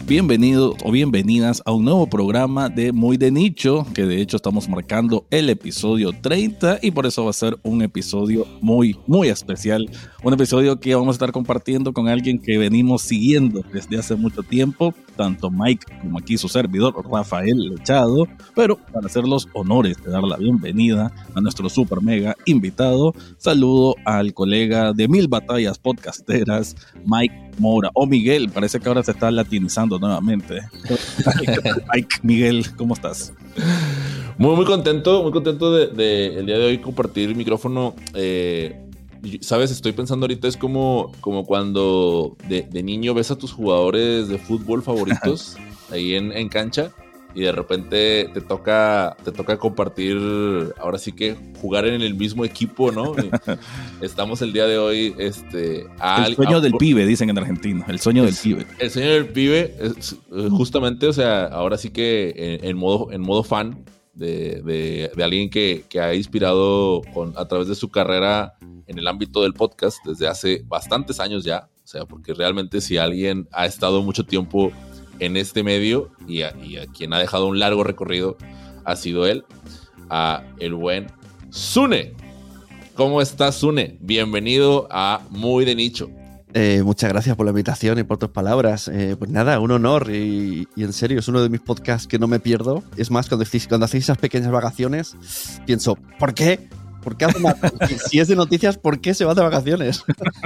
Bienvenidos o bienvenidas a un nuevo programa de Muy de Nicho, que de hecho estamos marcando el episodio 30 y por eso va a ser un episodio muy especial. Un episodio que vamos a estar compartiendo con alguien que venimos siguiendo desde hace mucho tiempo, tanto Mike como aquí su servidor, Rafael Lechado, pero para hacer los honores de dar la bienvenida a nuestro super mega invitado, saludo al colega de Mil Batallas Podcasteras, Mike Moura, o Miguel, parece que ahora se está latinizando nuevamente. Mike, Miguel, ¿cómo estás? Muy contento de el día de hoy compartir el micrófono. Sabes, estoy pensando ahorita es como cuando de niño ves a tus jugadores de fútbol favoritos ahí en cancha y de repente te toca compartir, ahora sí que jugar en el mismo equipo, ¿no? Estamos el día de hoy el sueño del pibe, dicen en Argentina, el sueño del pibe. El sueño del pibe es, justamente, o sea, ahora sí que en modo fan de alguien que ha inspirado a través de su carrera en el ámbito del podcast desde hace bastantes años ya, o sea, porque realmente si alguien ha estado mucho tiempo en este medio y a quien ha dejado un largo recorrido ha sido él, el buen Sune. ¿Cómo estás, Sune? Bienvenido a Muy de Nicho. Muchas gracias por la invitación y por tus palabras. Pues nada, un honor y en serio, es uno de mis podcasts que no me pierdo. Es más, cuando hacéis esas pequeñas vacaciones, pienso, ¿por qué? ¿Por qué hace si es de noticias, ¿por qué se va de vacaciones?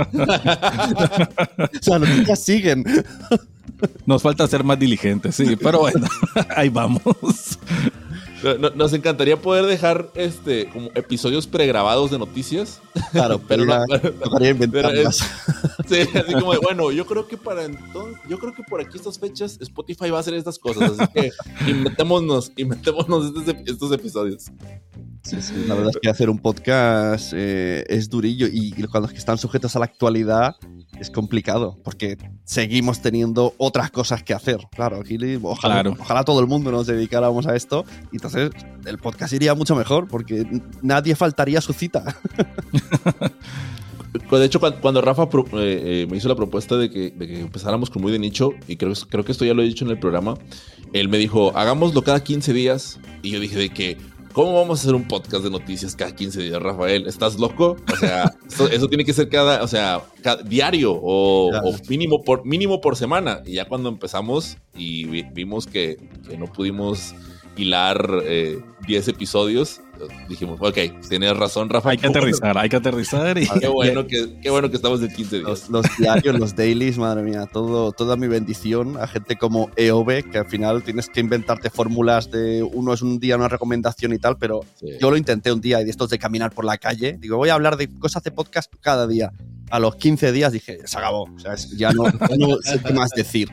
O sea, las noticias siguen. Nos falta ser más diligentes, sí, pero bueno, ahí vamos. Nos encantaría poder dejar como episodios pregrabados de noticias. Claro, pero tocaría inventarlas. Sí, así como de, bueno, yo creo que por aquí estas fechas Spotify va a hacer estas cosas, así que inventémonos estos episodios. Sí, la verdad es que hacer un podcast es durillo y cuando están sujetos a la actualidad es complicado porque seguimos teniendo otras cosas que hacer. Claro, aquí ojalá todo el mundo nos dedicáramos a esto y entonces el podcast iría mucho mejor porque nadie faltaría a su cita. De hecho, cuando Rafa me hizo la propuesta de que empezáramos con Muy de Nicho, y creo que esto ya lo he dicho en el programa, él me dijo, hagámoslo cada 15 días, y yo dije de que, ¿cómo vamos a hacer un podcast de noticias cada 15 días, Rafael? ¿Estás loco? O sea, eso tiene que ser cada diario o mínimo por semana. Y ya cuando empezamos y vimos que no pudimos hilar 10 episodios, dijimos, ok, tienes razón, Rafa. Hay que aterrizar. Y qué bueno que estamos en 15 días. Los diarios, los dailies, madre mía, toda mi bendición a gente como EOB, que al final tienes que inventarte fórmulas de uno es un día una recomendación y tal, pero sí. Yo lo intenté un día y de estos de caminar por la calle, digo, voy a hablar de cosas de podcast cada día. A los 15 días dije, se acabó, o sea, ya no sé qué más decir.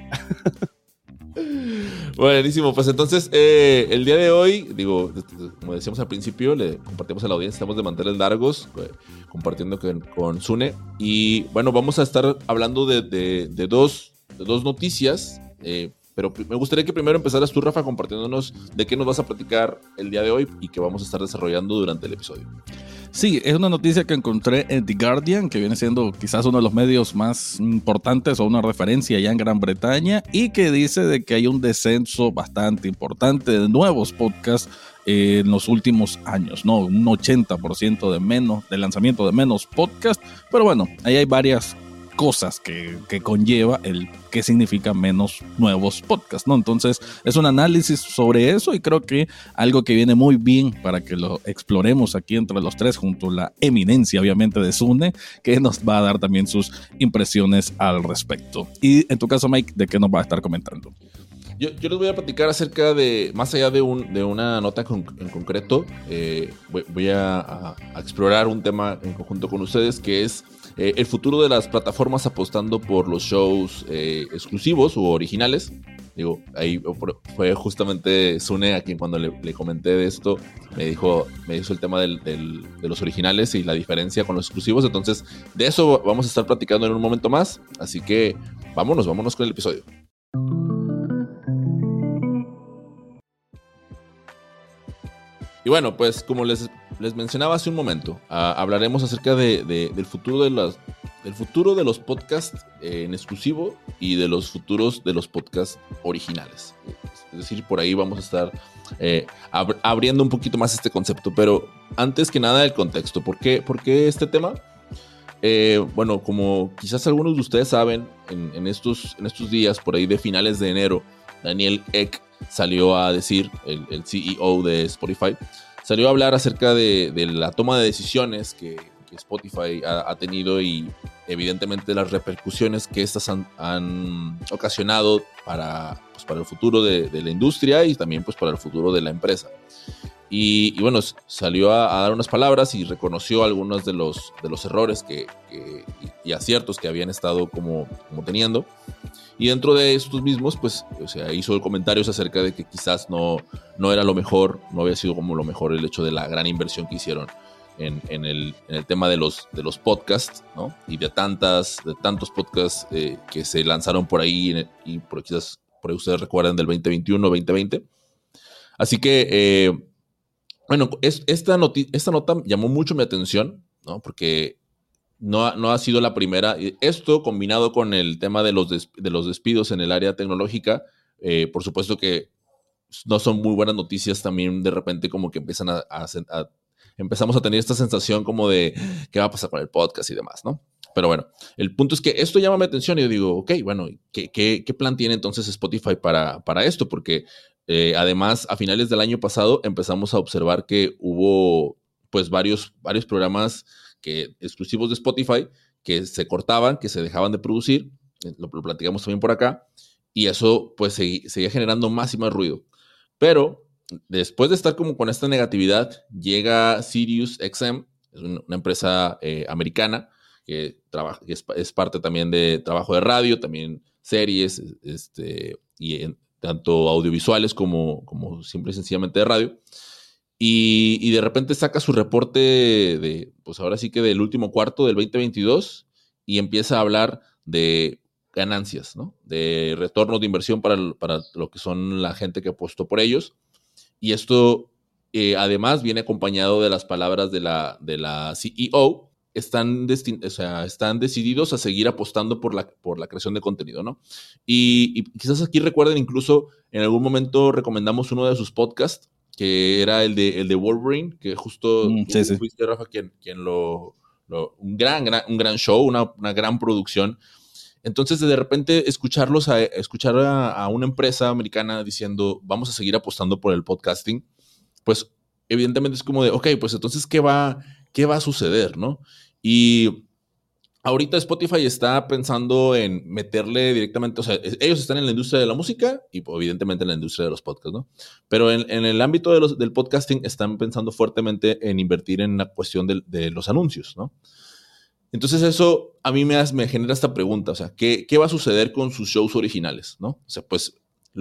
Buenísimo, pues entonces el día de hoy, digo, como decíamos al principio, le compartimos a la audiencia, estamos de manteles largos, compartiendo con Sune, y bueno, vamos a estar hablando de dos noticias, pero me gustaría que primero empezaras tú, Rafa, compartiéndonos de qué nos vas a platicar el día de hoy y que vamos a estar desarrollando durante el episodio. Sí, es una noticia que encontré en The Guardian, que viene siendo quizás uno de los medios más importantes o una referencia allá en Gran Bretaña, y que dice de que hay un descenso bastante importante de nuevos podcasts en los últimos años, ¿no? Un 80% de lanzamiento de menos podcasts, pero bueno, ahí hay varias cosas que conlleva el que significa menos nuevos podcasts, ¿no? Entonces es un análisis sobre eso y creo que algo que viene muy bien para que lo exploremos aquí entre los tres junto a la eminencia obviamente de Sune, que nos va a dar también sus impresiones al respecto. Y en tu caso, Mike, ¿de qué nos va a estar comentando? Yo les voy a platicar acerca de, más allá de una nota en concreto, voy a explorar un tema en conjunto con ustedes que es el futuro de las plataformas apostando por los shows exclusivos u originales. Digo, ahí fue justamente Sune a quien cuando le comenté de esto me hizo el tema de los originales y la diferencia con los exclusivos. Entonces, de eso vamos a estar platicando en un momento más. Así que vámonos con el episodio. Y bueno, pues como les mencionaba hace un momento, hablaremos acerca del futuro de del futuro de los podcasts en exclusivo y de los futuros de los podcasts originales. Es decir, por ahí vamos a estar abriendo un poquito más este concepto, pero antes que nada el contexto. ¿Por qué este tema? Bueno, como quizás algunos de ustedes saben, en estos días, por ahí de finales de enero, Daniel Ek salió a decir, el CEO de Spotify, salió a hablar acerca de la toma de decisiones que Spotify ha tenido y evidentemente las repercusiones que estas han ocasionado para el futuro de la industria y también pues para el futuro de la empresa. Y bueno, salió a dar unas palabras y reconoció algunos de los errores y aciertos que habían estado como teniendo. Y dentro de estos mismos, pues, o sea, hizo comentarios acerca de que quizás no era lo mejor, no había sido como lo mejor el hecho de la gran inversión que hicieron en el tema de los podcasts, ¿no? Y de tantos podcasts que se lanzaron por ahí y quizás por ahí ustedes recuerdan del 2021, 2020. Así que, bueno, esta nota llamó mucho mi atención, ¿no? Porque no ha sido la primera. Esto combinado con el tema de los despidos en el área tecnológica, por supuesto que no son muy buenas noticias también. De repente como que empezamos a tener esta sensación como de qué va a pasar con el podcast y demás, ¿no? Pero bueno, el punto es que esto llama mi atención y yo digo, ok, bueno, ¿qué plan tiene entonces Spotify para esto? Porque además, a finales del año pasado empezamos a observar que hubo pues varios programas exclusivos de Spotify que se cortaban, que se dejaban de producir, lo platicamos también por acá, y eso pues seguía generando más y más ruido. Pero después de estar como con esta negatividad, llega SiriusXM, es una empresa americana que es parte también de trabajo de radio, también series, y tanto audiovisuales como simple y sencillamente de radio. Y de repente saca su reporte pues ahora sí que del último cuarto del 2022 y empieza a hablar de ganancias, ¿no? De retornos de inversión para lo que son la gente que apostó por ellos. Y esto además viene acompañado de las palabras de la CEO. Están decididos a seguir apostando por la creación de contenido, ¿no? Y quizás aquí recuerden, incluso en algún momento recomendamos uno de sus podcasts, que era el de Wolverine, que justo fuiste, Rafa, quien un gran show, una gran producción. Entonces, de repente, escuchar a una empresa americana diciendo, vamos a seguir apostando por el podcasting, pues evidentemente es como de, ok, pues entonces, ¿qué va a suceder, no? Y ahorita Spotify está pensando en meterle directamente, o sea, ellos están en la industria de la música y evidentemente en la industria de los podcasts, ¿no? Pero en el ámbito del podcasting están pensando fuertemente en invertir en la cuestión de los anuncios, ¿no? Entonces eso a mí me genera esta pregunta, o sea, ¿qué va a suceder con sus shows originales, ¿no? O sea, pues,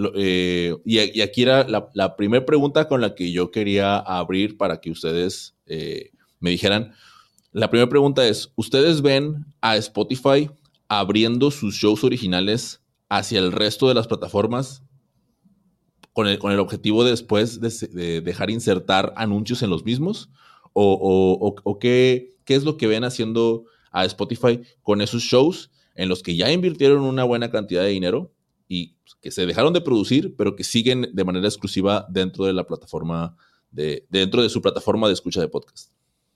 y aquí era la primera pregunta con la que yo quería abrir para que ustedes me dijeran. La primera pregunta es, ¿ustedes ven a Spotify abriendo sus shows originales hacia el resto de las plataformas con el objetivo de después de dejar insertar anuncios en los mismos? ¿O qué es lo que ven haciendo a Spotify con esos shows en los que ya invirtieron una buena cantidad de dinero y que se dejaron de producir, pero que siguen de manera exclusiva dentro de la plataforma, dentro de su plataforma de escucha de podcast?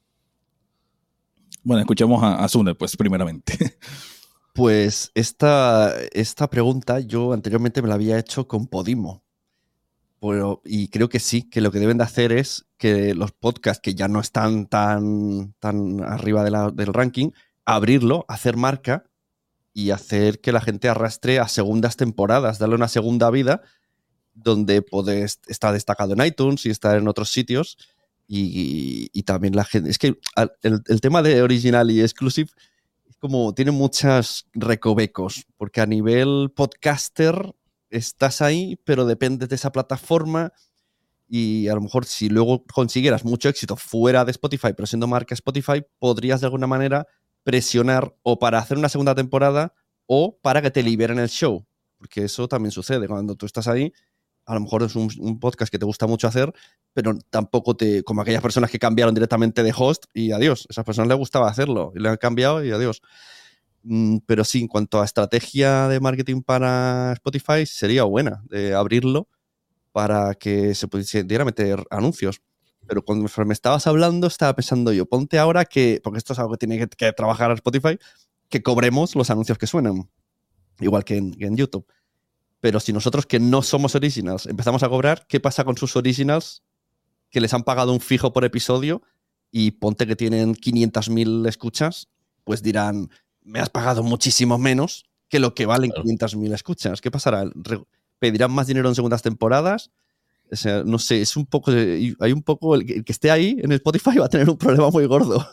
Bueno, escuchamos a Sune, pues, primeramente. Pues esta pregunta yo anteriormente me la había hecho con Podimo. Y creo que sí, que lo que deben de hacer es que los podcasts que ya no están tan arriba del ranking, abrirlo, hacer marca y hacer que la gente arrastre a segundas temporadas, darle una segunda vida donde está destacado en iTunes y estar en otros sitios. Y también la gente... Es que el tema de original y exclusive es como tiene muchos recovecos, porque a nivel podcaster estás ahí, pero dependes de esa plataforma y a lo mejor si luego consiguieras mucho éxito fuera de Spotify, pero siendo marca Spotify, podrías de alguna manera presionar o para hacer una segunda temporada o para que te liberen el show, porque eso también sucede cuando tú estás ahí. A lo mejor es un podcast que te gusta mucho hacer, pero tampoco como aquellas personas que cambiaron directamente de host y adiós. A esas personas les gustaba hacerlo y le han cambiado y adiós. Pero sí, en cuanto a estrategia de marketing para Spotify, sería buena de abrirlo para que se pudiera meter anuncios. Pero cuando me estabas hablando, estaba pensando yo, ponte ahora que, porque esto es algo que tiene que trabajar Spotify, que cobremos los anuncios que suenan, igual que en YouTube. Pero si nosotros que no somos originals empezamos a cobrar, ¿qué pasa con sus originals que les han pagado un fijo por episodio y ponte que tienen 500.000 escuchas? Pues dirán, me has pagado muchísimo menos que lo que valen 500.000 escuchas. ¿Qué pasará? ¿Pedirán más dinero en segundas temporadas? O sea, no sé, es un poco. Hay un poco. El que esté ahí en Spotify va a tener un problema muy gordo.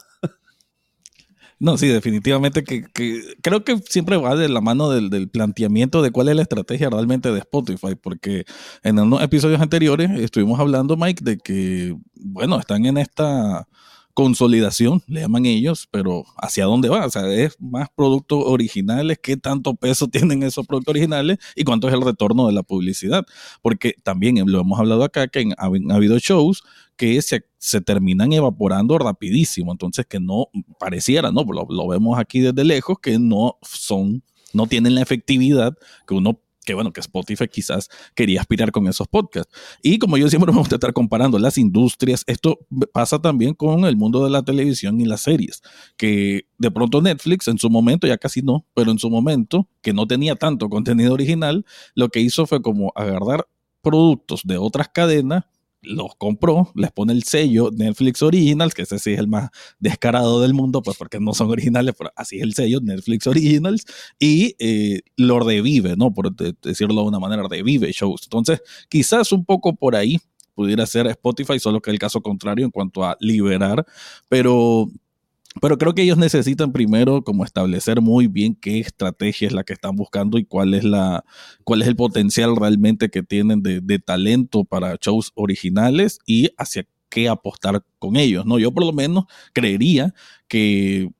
No, sí, definitivamente que creo que siempre va de la mano del planteamiento de cuál es la estrategia realmente de Spotify, porque en unos episodios anteriores estuvimos hablando, Mike, de que, bueno, están en esta consolidación, le llaman ellos, pero ¿hacia dónde va? O sea, es más productos originales, ¿qué tanto peso tienen esos productos originales y cuánto es el retorno de la publicidad? Porque también lo hemos hablado acá, que ha habido shows que se terminan evaporando rapidísimo, entonces que no pareciera, ¿no? Lo vemos aquí desde lejos, que no tienen la efectividad que Spotify quizás quería aspirar con esos podcasts. Y como yo siempre me gusta estar comparando las industrias, esto pasa también con el mundo de la televisión y las series, que de pronto Netflix en su momento, ya casi no, pero en su momento, que no tenía tanto contenido original, lo que hizo fue como agarrar productos de otras cadenas, los compró, les pone el sello Netflix Originals, que ese sí es el más descarado del mundo, pues porque no son originales, pero así es el sello Netflix Originals, y lo revive, ¿no? Por decirlo de una manera, revive shows. Entonces, quizás un poco por ahí pudiera ser Spotify, solo que el caso contrario en cuanto a liberar, pero creo que ellos necesitan primero como establecer muy bien qué estrategia es la que están buscando y cuál es el potencial realmente que tienen de talento para shows originales y hacia qué apostar con ellos, ¿no? Yo por lo menos creería que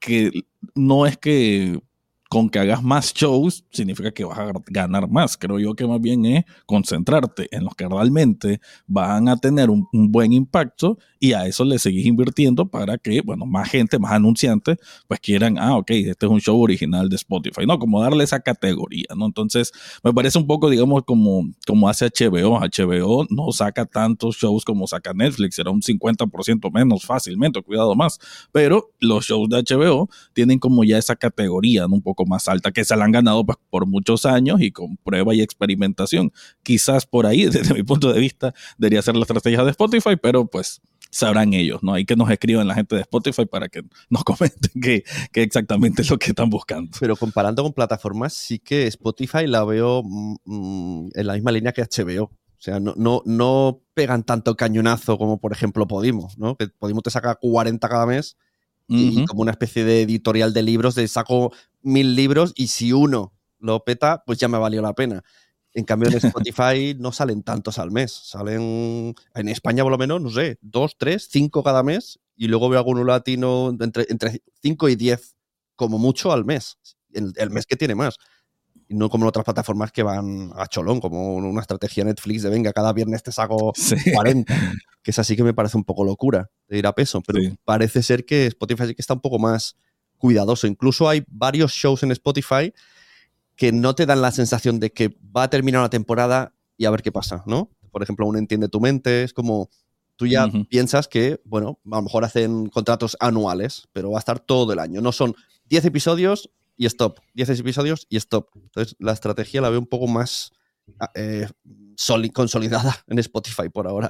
no es que con que hagas más shows significa que vas a ganar más. Creo yo que más bien es concentrarte en los que realmente van a tener un buen impacto y a eso le seguís invirtiendo para que, bueno, más gente, más anunciantes, pues quieran, ok, este es un show original de Spotify, ¿no? Como darle esa categoría, ¿no? Entonces, me parece un poco, digamos, como hace HBO. HBO no saca tantos shows como saca Netflix, era un 50% menos fácilmente, cuidado más, pero los shows de HBO tienen como ya esa categoría, ¿no? Un poco más alta, que se la han ganado pues, por muchos años y con prueba y experimentación. Quizás por ahí, desde mi punto de vista, debería ser la estrategia de Spotify, pero pues sabrán ellos, ¿no? Hay que nos escriban la gente de Spotify para que nos comenten qué exactamente es lo que están buscando. Pero comparando con plataformas, sí que Spotify la veo en la misma línea que HBO. O sea, no pegan tanto cañonazo como, por ejemplo, Podimo, ¿no? Que Podimo te saca 40 cada mes y como una especie de editorial de libros, de saco 1000 libros y si uno lo peta, pues ya me valió la pena. En cambio, en Spotify no salen tantos al mes. Salen, en España por lo menos, no sé, 2, 3, 5 cada mes y luego veo alguno latino entre 5 y 10 como mucho al mes. El mes que tiene más. Y no como en otras plataformas que van a cholón, como una estrategia Netflix de venga, cada viernes te saco 40. Que es así que me parece un poco locura de ir a peso. Pero parece ser que Spotify sí que está un poco más cuidadoso. Incluso hay varios shows en Spotify que no te dan la sensación de que va a terminar una temporada y a ver qué pasa, ¿no? Por ejemplo, un Entiende tu mente, es como tú ya piensas que, bueno, a lo mejor hacen contratos anuales, pero va a estar todo el año. No son 10 episodios y stop, 10 episodios y stop. Entonces, la estrategia la veo un poco más consolidada en Spotify por ahora.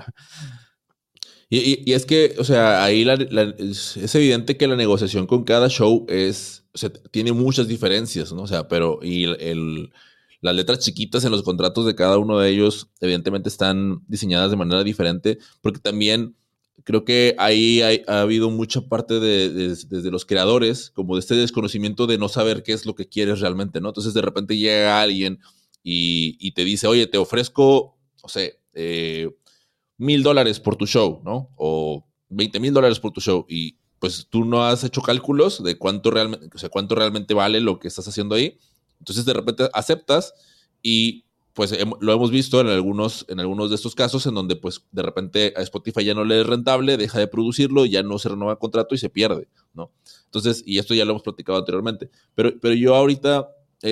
Y es que, o sea, ahí es evidente que la negociación con cada show o sea, tiene muchas diferencias, ¿no? O sea, pero las letras chiquitas en los contratos de cada uno de ellos evidentemente están diseñadas de manera diferente, porque también creo que ahí ha habido mucha parte desde los creadores, como de este desconocimiento de no saber qué es lo que quieres realmente, ¿no? Entonces de repente llega alguien y te dice, oye, te ofrezco, no sé, $1,000 por tu show, ¿no? O $20,000 por tu show. Y pues tú no has hecho cálculos de cuánto realmente vale lo que estás haciendo ahí. Entonces de repente aceptas y pues lo hemos visto en algunos de estos casos en donde pues de repente a Spotify ya no le es rentable, deja de producirlo, ya no se renueva el contrato y se pierde, ¿no? Entonces, y esto ya lo hemos platicado anteriormente, pero yo ahorita,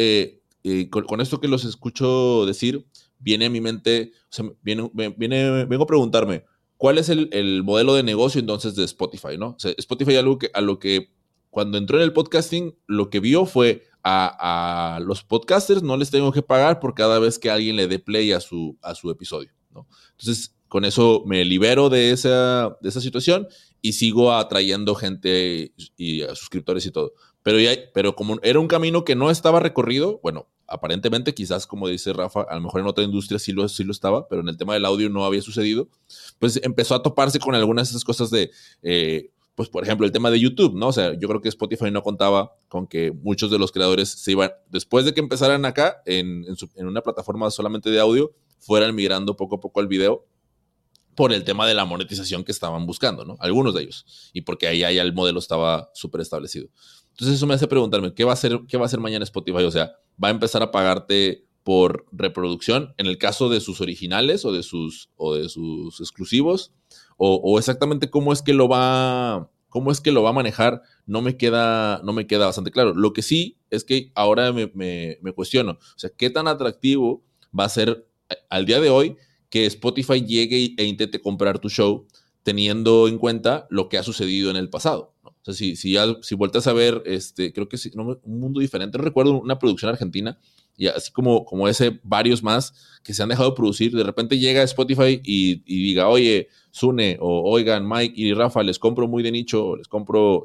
con esto que los escucho decir, viene a mi mente, o sea, vengo a preguntarme, ¿cuál es el modelo de negocio entonces de Spotify, ¿no? O sea, Spotify a lo que cuando entró en el podcasting, lo que vio fue a los podcasters no les tengo que pagar por cada vez que alguien le dé play a su episodio, ¿no? Entonces, con eso me libero de esa situación y sigo atrayendo gente y a suscriptores y todo. Pero como era un camino que no estaba recorrido, bueno, aparentemente quizás, como dice Rafa, a lo mejor en otra industria sí lo estaba, pero en el tema del audio no había sucedido, pues empezó a toparse con algunas de esas cosas de... pues, por ejemplo, el tema de YouTube, ¿no? O sea, yo creo que Spotify no contaba con que muchos de los creadores se iban, después de que empezaran acá, en una plataforma solamente de audio, fueran migrando poco a poco al video por el tema de la monetización que estaban buscando, ¿no? Algunos de ellos. Y porque ahí ya el modelo estaba súper establecido. Entonces eso me hace preguntarme, ¿qué va a hacer mañana Spotify? O sea, ¿va a empezar a pagarte por reproducción en el caso de sus originales o de sus exclusivos? O exactamente cómo es que lo va a manejar, no me queda bastante claro. Lo que sí es que ahora me cuestiono, o sea, ¿qué tan atractivo va a ser al día de hoy que Spotify llegue e intente comprar tu show teniendo en cuenta lo que ha sucedido en el pasado, ¿no? O sea, si vueltas a ver, creo que sí, no, Un Mundo Diferente, recuerdo una producción argentina, y así como varios más que se han dejado de producir, de repente llega Spotify y diga, oye, Sune, o oigan, Mike y Rafa, les compro muy de nicho, o les compro,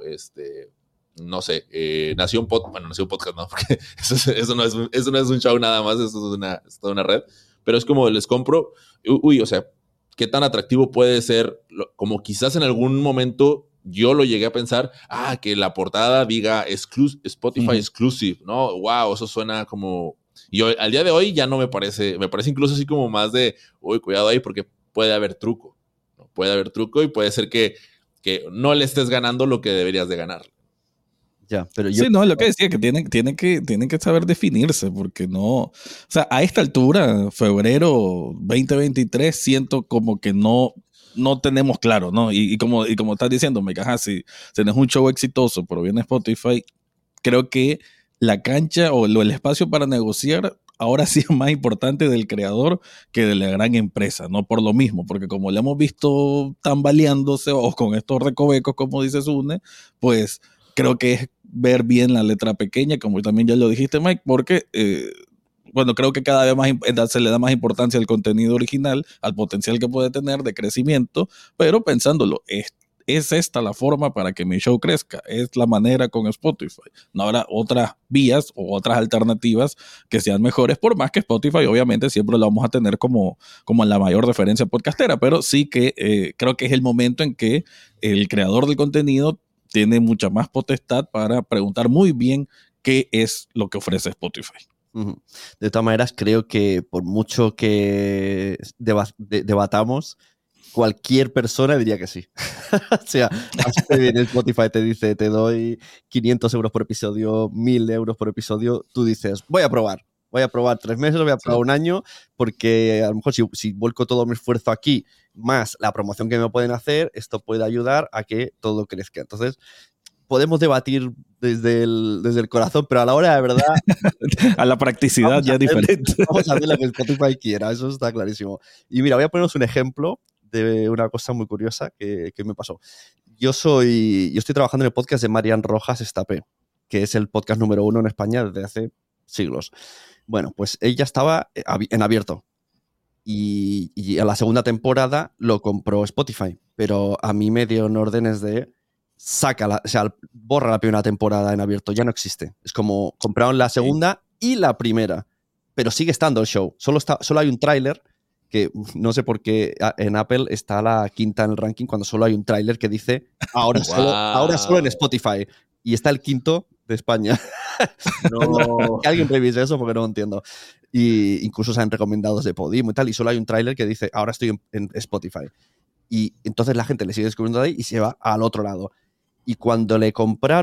no sé, Nación Podcast, no, porque eso no es un show nada más, eso es toda una red, pero es como les compro, o sea, ¿qué tan atractivo puede ser? Como quizás en algún momento yo lo llegué a pensar, que la portada diga Spotify Exclusive, ¿no? Wow, eso suena como... Y al día de hoy ya no me parece incluso así como más de, cuidado ahí porque puede haber truco, ¿no? Puede haber truco y puede ser que no le estés ganando lo que deberías de ganar. Ya, pero yo... Sí, no, lo que decía, que tienen que saber definirse, porque no... O sea, a esta altura, febrero 2023, siento como que no tenemos claro, ¿no? Y como estás diciendo, me cajas, si tenés un show exitoso, pero viene Spotify, creo que la cancha o el espacio para negociar ahora sí es más importante del creador que de la gran empresa, no por lo mismo, porque como le hemos visto tambaleándose o con estos recovecos, como dice Sune, pues creo que es ver bien la letra pequeña, como también ya lo dijiste, Mike, porque bueno, creo que cada vez más se le da más importancia al contenido original, al potencial que puede tener de crecimiento, pero pensándolo, ¿es esta la forma para que mi show crezca? ¿Es la manera con Spotify? No habrá otras vías o otras alternativas que sean mejores, por más que Spotify obviamente siempre lo vamos a tener como la mayor referencia podcastera, pero sí que creo que es el momento en que el creador del contenido tiene mucha más potestad para preguntar muy bien qué es lo que ofrece Spotify. De todas maneras, creo que por mucho que debatamos, cualquier persona diría que sí. O sea, así te viene Spotify, te dice, te doy 500 euros por episodio, 1.000 euros por episodio, tú dices, voy a probar 3 meses, voy a probar un año, porque a lo mejor si vuelco todo mi esfuerzo aquí, más la promoción que me pueden hacer, esto puede ayudar a que todo crezca. Entonces, podemos debatir desde el corazón, pero a la hora de verdad... a la practicidad ya es diferente. Vamos a hacer lo que Spotify quiera, eso está clarísimo. Y mira, voy a poneros un ejemplo de una cosa muy curiosa que me pasó. Yo estoy trabajando en el podcast de Marian Rojas Estapé, que es el podcast número 1 en España desde hace siglos. Bueno, pues ella estaba en abierto y a la segunda temporada lo compró Spotify, pero a mí me dio órdenes de borra la primera temporada en abierto, ya no existe. Es como compraron la segunda y la primera, pero sigue estando el show. Solo hay un tráiler que no sé por qué en Apple está la quinta en el ranking cuando solo hay un tráiler que dice ahora solo en Spotify y está el quinto de España. No. Que alguien revise eso porque no lo entiendo. Y incluso se han recomendados de Podimo y tal, y solo hay un tráiler que dice ahora estoy en Spotify. Y entonces la gente le sigue descubriendo ahí y se va al otro lado. Y cuando le compraron,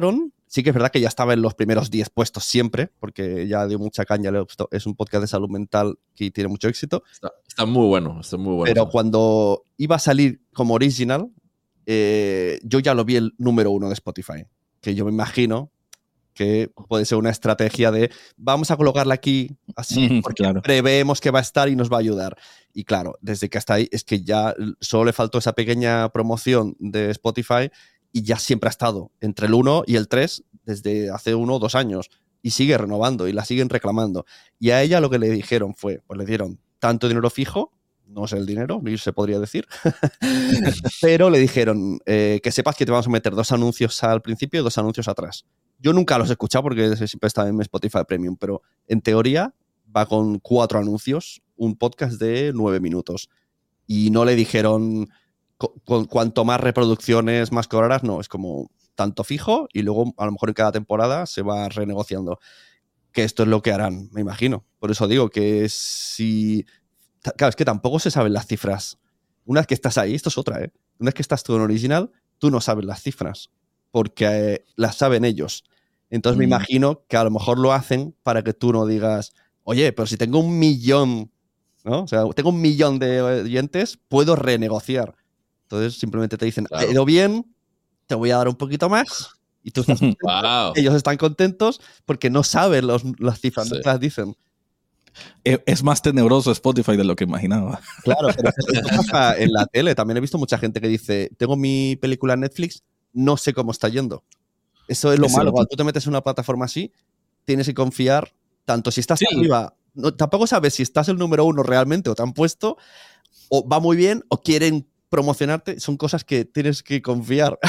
Sí que es verdad que ya estaba en los primeros 10 puestos siempre, porque ya dio mucha caña. Es un podcast de salud mental que tiene mucho éxito. Está muy bueno, está muy bueno. Pero cuando iba a salir como original, yo ya lo vi el número 1 de Spotify. Que yo me imagino que puede ser una estrategia de vamos a colocarla aquí así porque preveemos que va a estar y nos va a ayudar. Y claro, desde que hasta ahí es que ya solo le faltó esa pequeña promoción de Spotify y ya siempre ha estado entre el 1 y el 3 desde hace 1 o 2 años y sigue renovando y la siguen reclamando. Y a ella lo que le dijeron fue, pues le dieron tanto dinero fijo, no sé el dinero, ni se podría decir, pero le dijeron que sepas que te vamos a meter 2 anuncios al principio y 2 anuncios atrás. Yo nunca los he escuchado porque siempre está en Spotify Premium, pero en teoría va con 4 anuncios, un podcast de 9 minutos. Y no le dijeron cuanto más reproducciones, más cobrarás, no, es como tanto fijo y luego a lo mejor en cada temporada se va renegociando. Que esto es lo que harán, me imagino. Por eso digo que si... Claro, es que tampoco se saben las cifras. Una vez que estás ahí, esto es otra, ¿eh? Una vez que estás tú en original, tú no sabes las cifras porque las saben ellos. Entonces me imagino que a lo mejor lo hacen para que tú no digas, oye, pero si tengo 1 millón, ¿no? O sea, tengo 1 millón de oyentes, puedo renegociar. Entonces simplemente te dicen, ha ido bien, te voy a dar un poquito más y tú estás contento. Wow. Ellos están contentos porque no saben las cifras, no te las dicen. Es más tenebroso Spotify de lo que imaginaba. Claro, pero esto pasa en la tele. También he visto mucha gente que dice, tengo mi película en Netflix, no sé cómo está yendo. Eso es lo malo. Cuando tú te metes en una plataforma así, tienes que confiar tanto si estás arriba. No, tampoco sabes si estás el número 1 realmente o te han puesto, o va muy bien, o quieren promocionarte. Son cosas que tienes que confiar.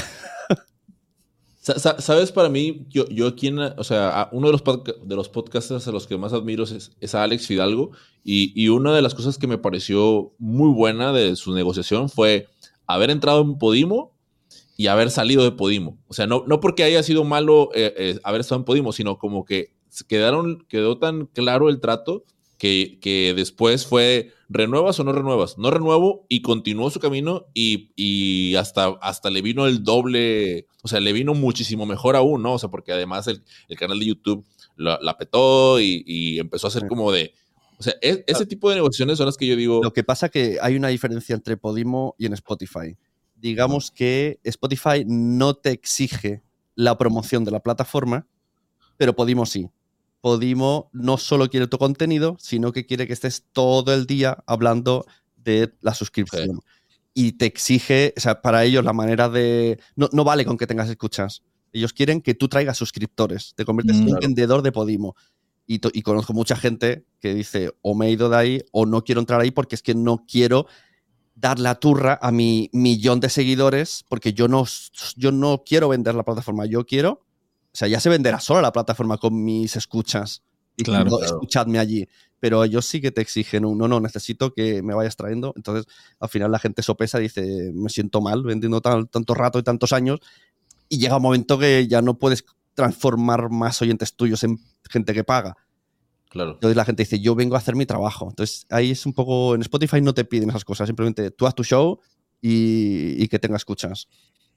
¿Sabes? Para mí, yo aquí, o sea, uno de los podcasters a los que más admiro es a Alex Fidalgo, y una de las cosas que me pareció muy buena de su negociación fue haber entrado en Podimo y haber salido de Podimo. O sea, no porque haya sido malo haber estado en Podimo, sino como que quedó tan claro el trato que después fue, ¿renuevas o no renuevas? No renuevo, y continuó su camino y hasta le vino el doble, o sea, le vino muchísimo mejor aún, ¿no? O sea, porque además el canal de YouTube la petó y empezó a hacer como de... O sea, ese tipo de negociaciones son las que yo digo... Lo que pasa que hay una diferencia entre Podimo y en Spotify. Digamos que Spotify no te exige la promoción de la plataforma, pero Podimo sí. Podimo no solo quiere tu contenido, sino que quiere que estés todo el día hablando de la suscripción. Y te exige, o sea, para ellos la manera de... No vale con que tengas escuchas. Ellos quieren que tú traigas suscriptores, te conviertes en un vendedor de Podimo. Y conozco mucha gente que dice, o me he ido de ahí, o no quiero entrar ahí porque es que no quiero dar la turra a mi 1 millón de seguidores, porque yo no quiero vender la plataforma, yo quiero... O sea, ya se venderá sola la plataforma con mis escuchas. Y claro. Escuchadme allí. Pero ellos sí que te exigen no, necesito que me vayas trayendo. Entonces, al final la gente sopesa y dice, me siento mal vendiendo tanto rato y tantos años. Y llega un momento que ya no puedes transformar más oyentes tuyos en gente que paga. Claro. Entonces la gente dice, yo vengo a hacer mi trabajo. Entonces, ahí es un poco... En Spotify no te piden esas cosas. Simplemente tú haz tu show y que tenga escuchas.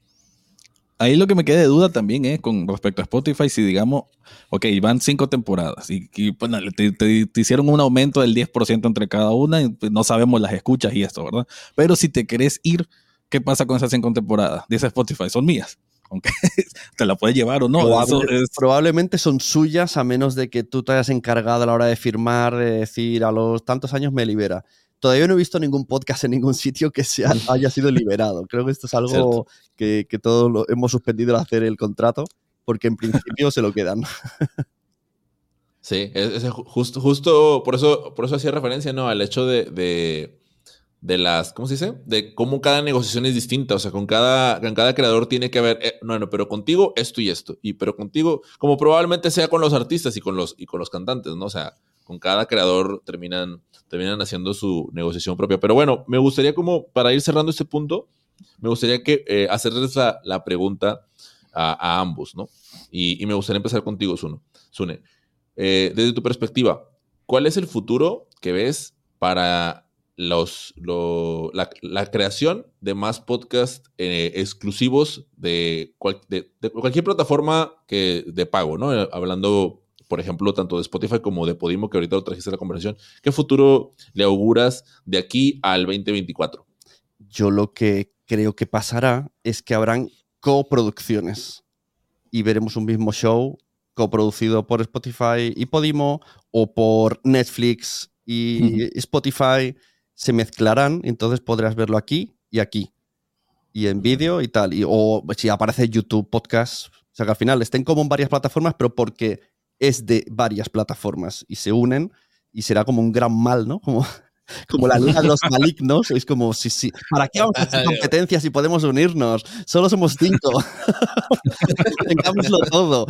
Ahí lo que me queda de duda también es con respecto a Spotify, si digamos, ok, van 5 temporadas y bueno, te hicieron un aumento del 10% entre cada una y pues no sabemos las escuchas y esto, ¿verdad? Pero si te querés ir, ¿qué pasa con esas 5 temporadas? Dice Spotify, son mías, aunque te la puedes llevar o no. Probablemente son suyas a menos de que tú te hayas encargado a la hora de firmar, de decir a los tantos años me libera. Todavía no he visto ningún podcast en ningún sitio que haya sido liberado. Creo que esto es algo que todos hemos suspendido al hacer el contrato, porque en principio se lo quedan. Sí, justo por eso hacía referencia, ¿no? Al hecho de las, ¿cómo se dice? De cómo cada negociación es distinta. O sea, con cada creador tiene que haber, no, pero contigo esto y esto. Pero contigo, como probablemente sea con los artistas y con los cantantes, ¿no? O sea, con cada creador terminan haciendo su negociación propia. Pero bueno, me gustaría, como para ir cerrando este punto, me gustaría que hacerles la pregunta a ambos, ¿no? Y me gustaría empezar contigo, Sune. Desde tu perspectiva, ¿cuál es el futuro que ves para la creación de más podcasts exclusivos de cualquier plataforma de pago, ¿no? Hablando, por ejemplo, tanto de Spotify como de Podimo, que ahorita lo trajiste a la conversación. ¿Qué futuro le auguras de aquí al 2024? Yo lo que creo que pasará es que habrán coproducciones y veremos un mismo show coproducido por Spotify y Podimo o por Netflix y Spotify. Se mezclarán, entonces podrás verlo aquí y aquí y en vídeo y tal, o si aparece YouTube Podcast, o sea que al final estén como en varias plataformas, pero porque es de varias plataformas y se unen y será como un gran mal, ¿no? Como la liga de los malignos. Es como, sí, ¿para qué vamos a hacer competencia si podemos unirnos? Solo somos 5. Tengámoslo todo.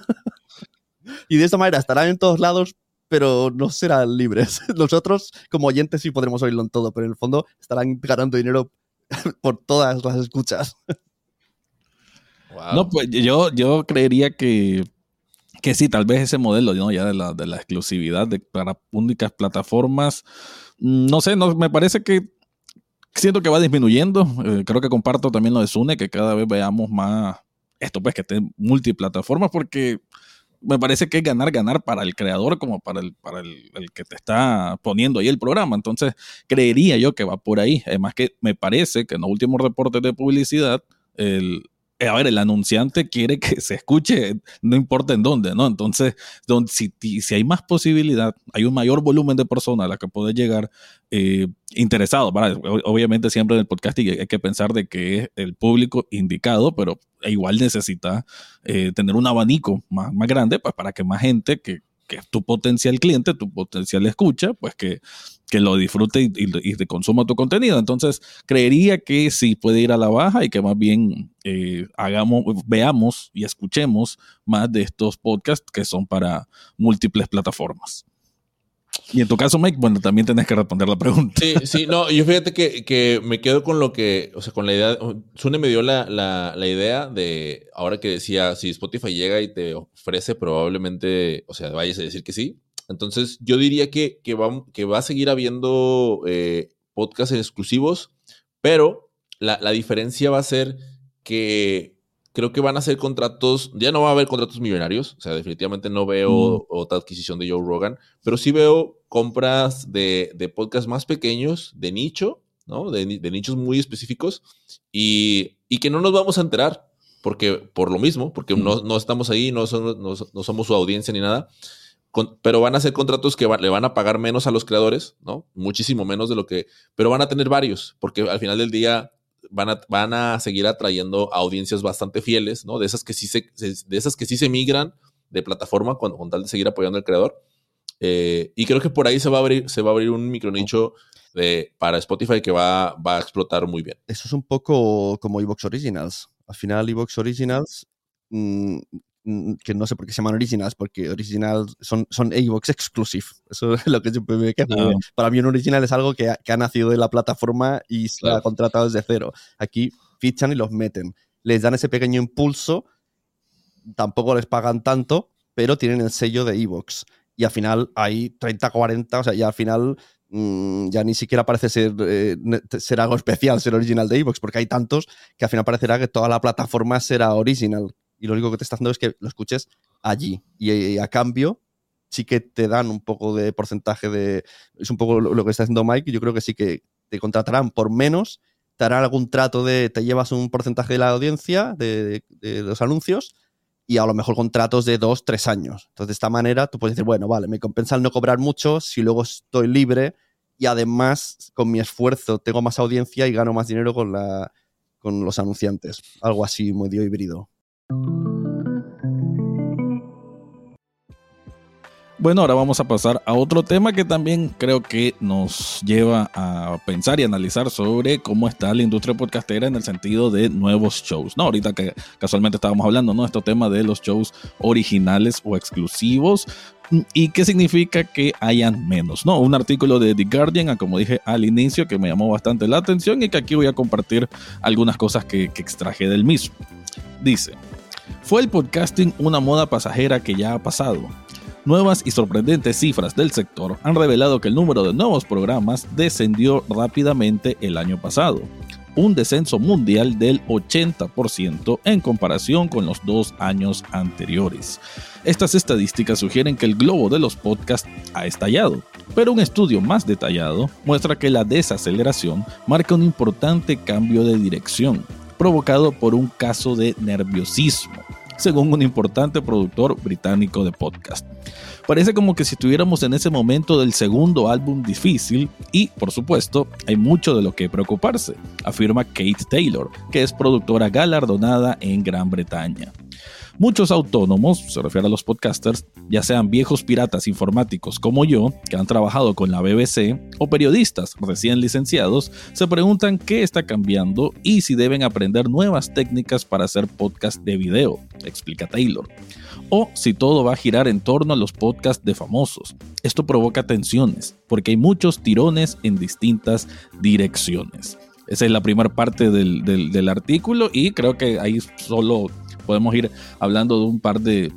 Y de esta manera estarán en todos lados, pero no serán libres. Nosotros, como oyentes, sí podremos oírlo en todo, pero en el fondo estarán ganando dinero por todas las escuchas. Wow. No, pues yo creería que sí, tal vez ese modelo, ¿no? Ya de la exclusividad para únicas plataformas, no sé, me parece que siento que va disminuyendo. Creo que comparto también lo de Sune, que cada vez veamos más esto, pues que esté en multiplataformas, porque me parece que es ganar para el creador como para el que te está poniendo ahí el programa. Entonces, creería yo que va por ahí. Además que me parece que en los últimos reportes de publicidad, el anunciante quiere que se escuche, no importa en dónde, ¿no? Entonces, si hay más posibilidad, hay un mayor volumen de personas a las que puede llegar interesados, ¿verdad? Obviamente siempre en el podcasting hay que pensar de que es el público indicado, pero igual necesita tener un abanico más grande, pues, para que más gente que es tu potencial cliente, tu potencial escucha, pues que lo disfrute y te consuma tu contenido. Entonces, creería que sí puede ir a la baja y que más bien veamos y escuchemos más de estos podcasts que son para múltiples plataformas. Y en tu caso, Mike, bueno, también tenés que responder la pregunta. Sí, no, yo fíjate que me quedo con lo que, o sea, con la idea. Sune me dio la idea de, ahora que decía, si Spotify llega y te ofrece, probablemente, o sea, vayas a decir que sí. Entonces, yo diría que va a seguir habiendo podcasts exclusivos, pero la diferencia va a ser que creo que van a ser contratos, ya no va a haber contratos millonarios, o sea, definitivamente no veo otra adquisición de Joe Rogan, pero sí veo compras de podcasts más pequeños, de nicho, ¿no? De nichos muy específicos y que no nos vamos a enterar, por lo mismo, porque no estamos ahí, no somos su audiencia ni nada, pero van a ser contratos que le van a pagar menos a los creadores, ¿no? Muchísimo menos de lo que, pero van a tener varios, porque al final del día van a seguir atrayendo audiencias bastante fieles, ¿no? De esas que sí se migran de plataforma con tal de seguir apoyando al creador. Y creo que por ahí se va a abrir un micronicho para Spotify que va a explotar muy bien. Eso es un poco como Evox Originals. Al final, Evox Originals, que no sé por qué se llaman Originals, porque Originals son Evox Exclusive. Eso es lo que siempre me quedo. No. Para mí un Original es algo que ha nacido de la plataforma y se ha contratado desde cero. Aquí fichan y los meten. Les dan ese pequeño impulso, tampoco les pagan tanto, pero tienen el sello de Evox. Y al final hay 30, 40, o sea, ya al final ya ni siquiera parece ser algo especial ser original de Evox, porque hay tantos que al final parecerá que toda la plataforma será original. Y lo único que te está haciendo es que lo escuches allí. Y a cambio sí que te dan un poco de porcentaje de... Es un poco lo que está haciendo Mike, y yo creo que sí que te contratarán por menos, te harán algún trato te llevas un porcentaje de la audiencia, de los anuncios, y a lo mejor contratos de 2-3 años. Entonces, de esta manera, tú puedes decir, bueno, vale, me compensa el no cobrar mucho si luego estoy libre y además, con mi esfuerzo, tengo más audiencia y gano más dinero con los anunciantes. Algo así, medio híbrido. Bueno, ahora vamos a pasar a otro tema que también creo que nos lleva a pensar y analizar sobre cómo está la industria podcastera en el sentido de nuevos shows, ¿no? Ahorita que casualmente estábamos hablando, ¿no? Este tema de los shows originales o exclusivos y qué significa que hayan menos, ¿no? Un artículo de The Guardian, como dije al inicio, que me llamó bastante la atención y que aquí voy a compartir algunas cosas que extraje del mismo. Dice: ¿fue el podcasting una moda pasajera que ya ha pasado? Nuevas y sorprendentes cifras del sector han revelado que el número de nuevos programas descendió rápidamente el año pasado, un descenso mundial del 80% en comparación con los 2 años anteriores. Estas estadísticas sugieren que el globo de los podcasts ha estallado, pero un estudio más detallado muestra que la desaceleración marca un importante cambio de dirección, provocado por un caso de nerviosismo, según un importante productor británico de podcast. Parece como que si estuviéramos en ese momento del segundo álbum difícil y, por supuesto, hay mucho de lo que preocuparse, afirma Kate Taylor, que es productora galardonada en Gran Bretaña. Muchos autónomos, se refiere a los podcasters, ya sean viejos piratas informáticos como yo, que han trabajado con la BBC, o periodistas recién licenciados, se preguntan qué está cambiando y si deben aprender nuevas técnicas para hacer podcast de video, explica Taylor. O si todo va a girar en torno a los podcasts de famosos. Esto provoca tensiones, porque hay muchos tirones en distintas direcciones. Esa es la primera parte del artículo y creo que ahí solo podemos ir hablando de un par de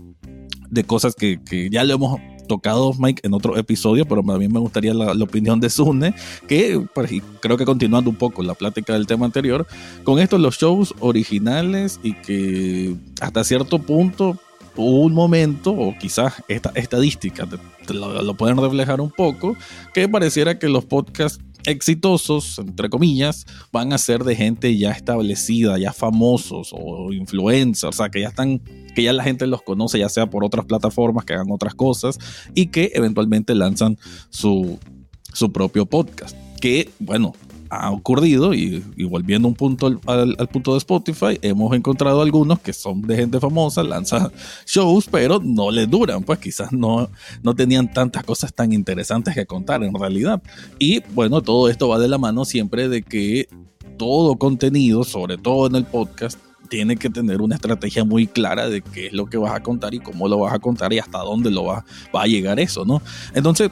cosas que ya lo hemos tocado, Mike, en otro episodio, pero a mí me gustaría la opinión de Sune, que pues, creo que continuando un poco la plática del tema anterior, con estos los shows originales y que hasta cierto punto hubo un momento, o quizás esta estadística lo pueden reflejar un poco, que pareciera que los podcasts exitosos, entre comillas, van a ser de gente ya establecida, ya famosos o influencers, o sea, que ya la gente los conoce, ya sea por otras plataformas que hagan otras cosas y que eventualmente lanzan su propio podcast. Que, bueno, ha ocurrido y volviendo un punto al punto de Spotify, hemos encontrado algunos que son de gente famosa, lanzan shows, pero no les duran, pues quizás no tenían tantas cosas tan interesantes que contar en realidad. Y bueno, todo esto va de la mano siempre de que todo contenido, sobre todo en el podcast, tiene que tener una estrategia muy clara de qué es lo que vas a contar y cómo lo vas a contar y hasta dónde va a llegar eso, ¿no? Entonces,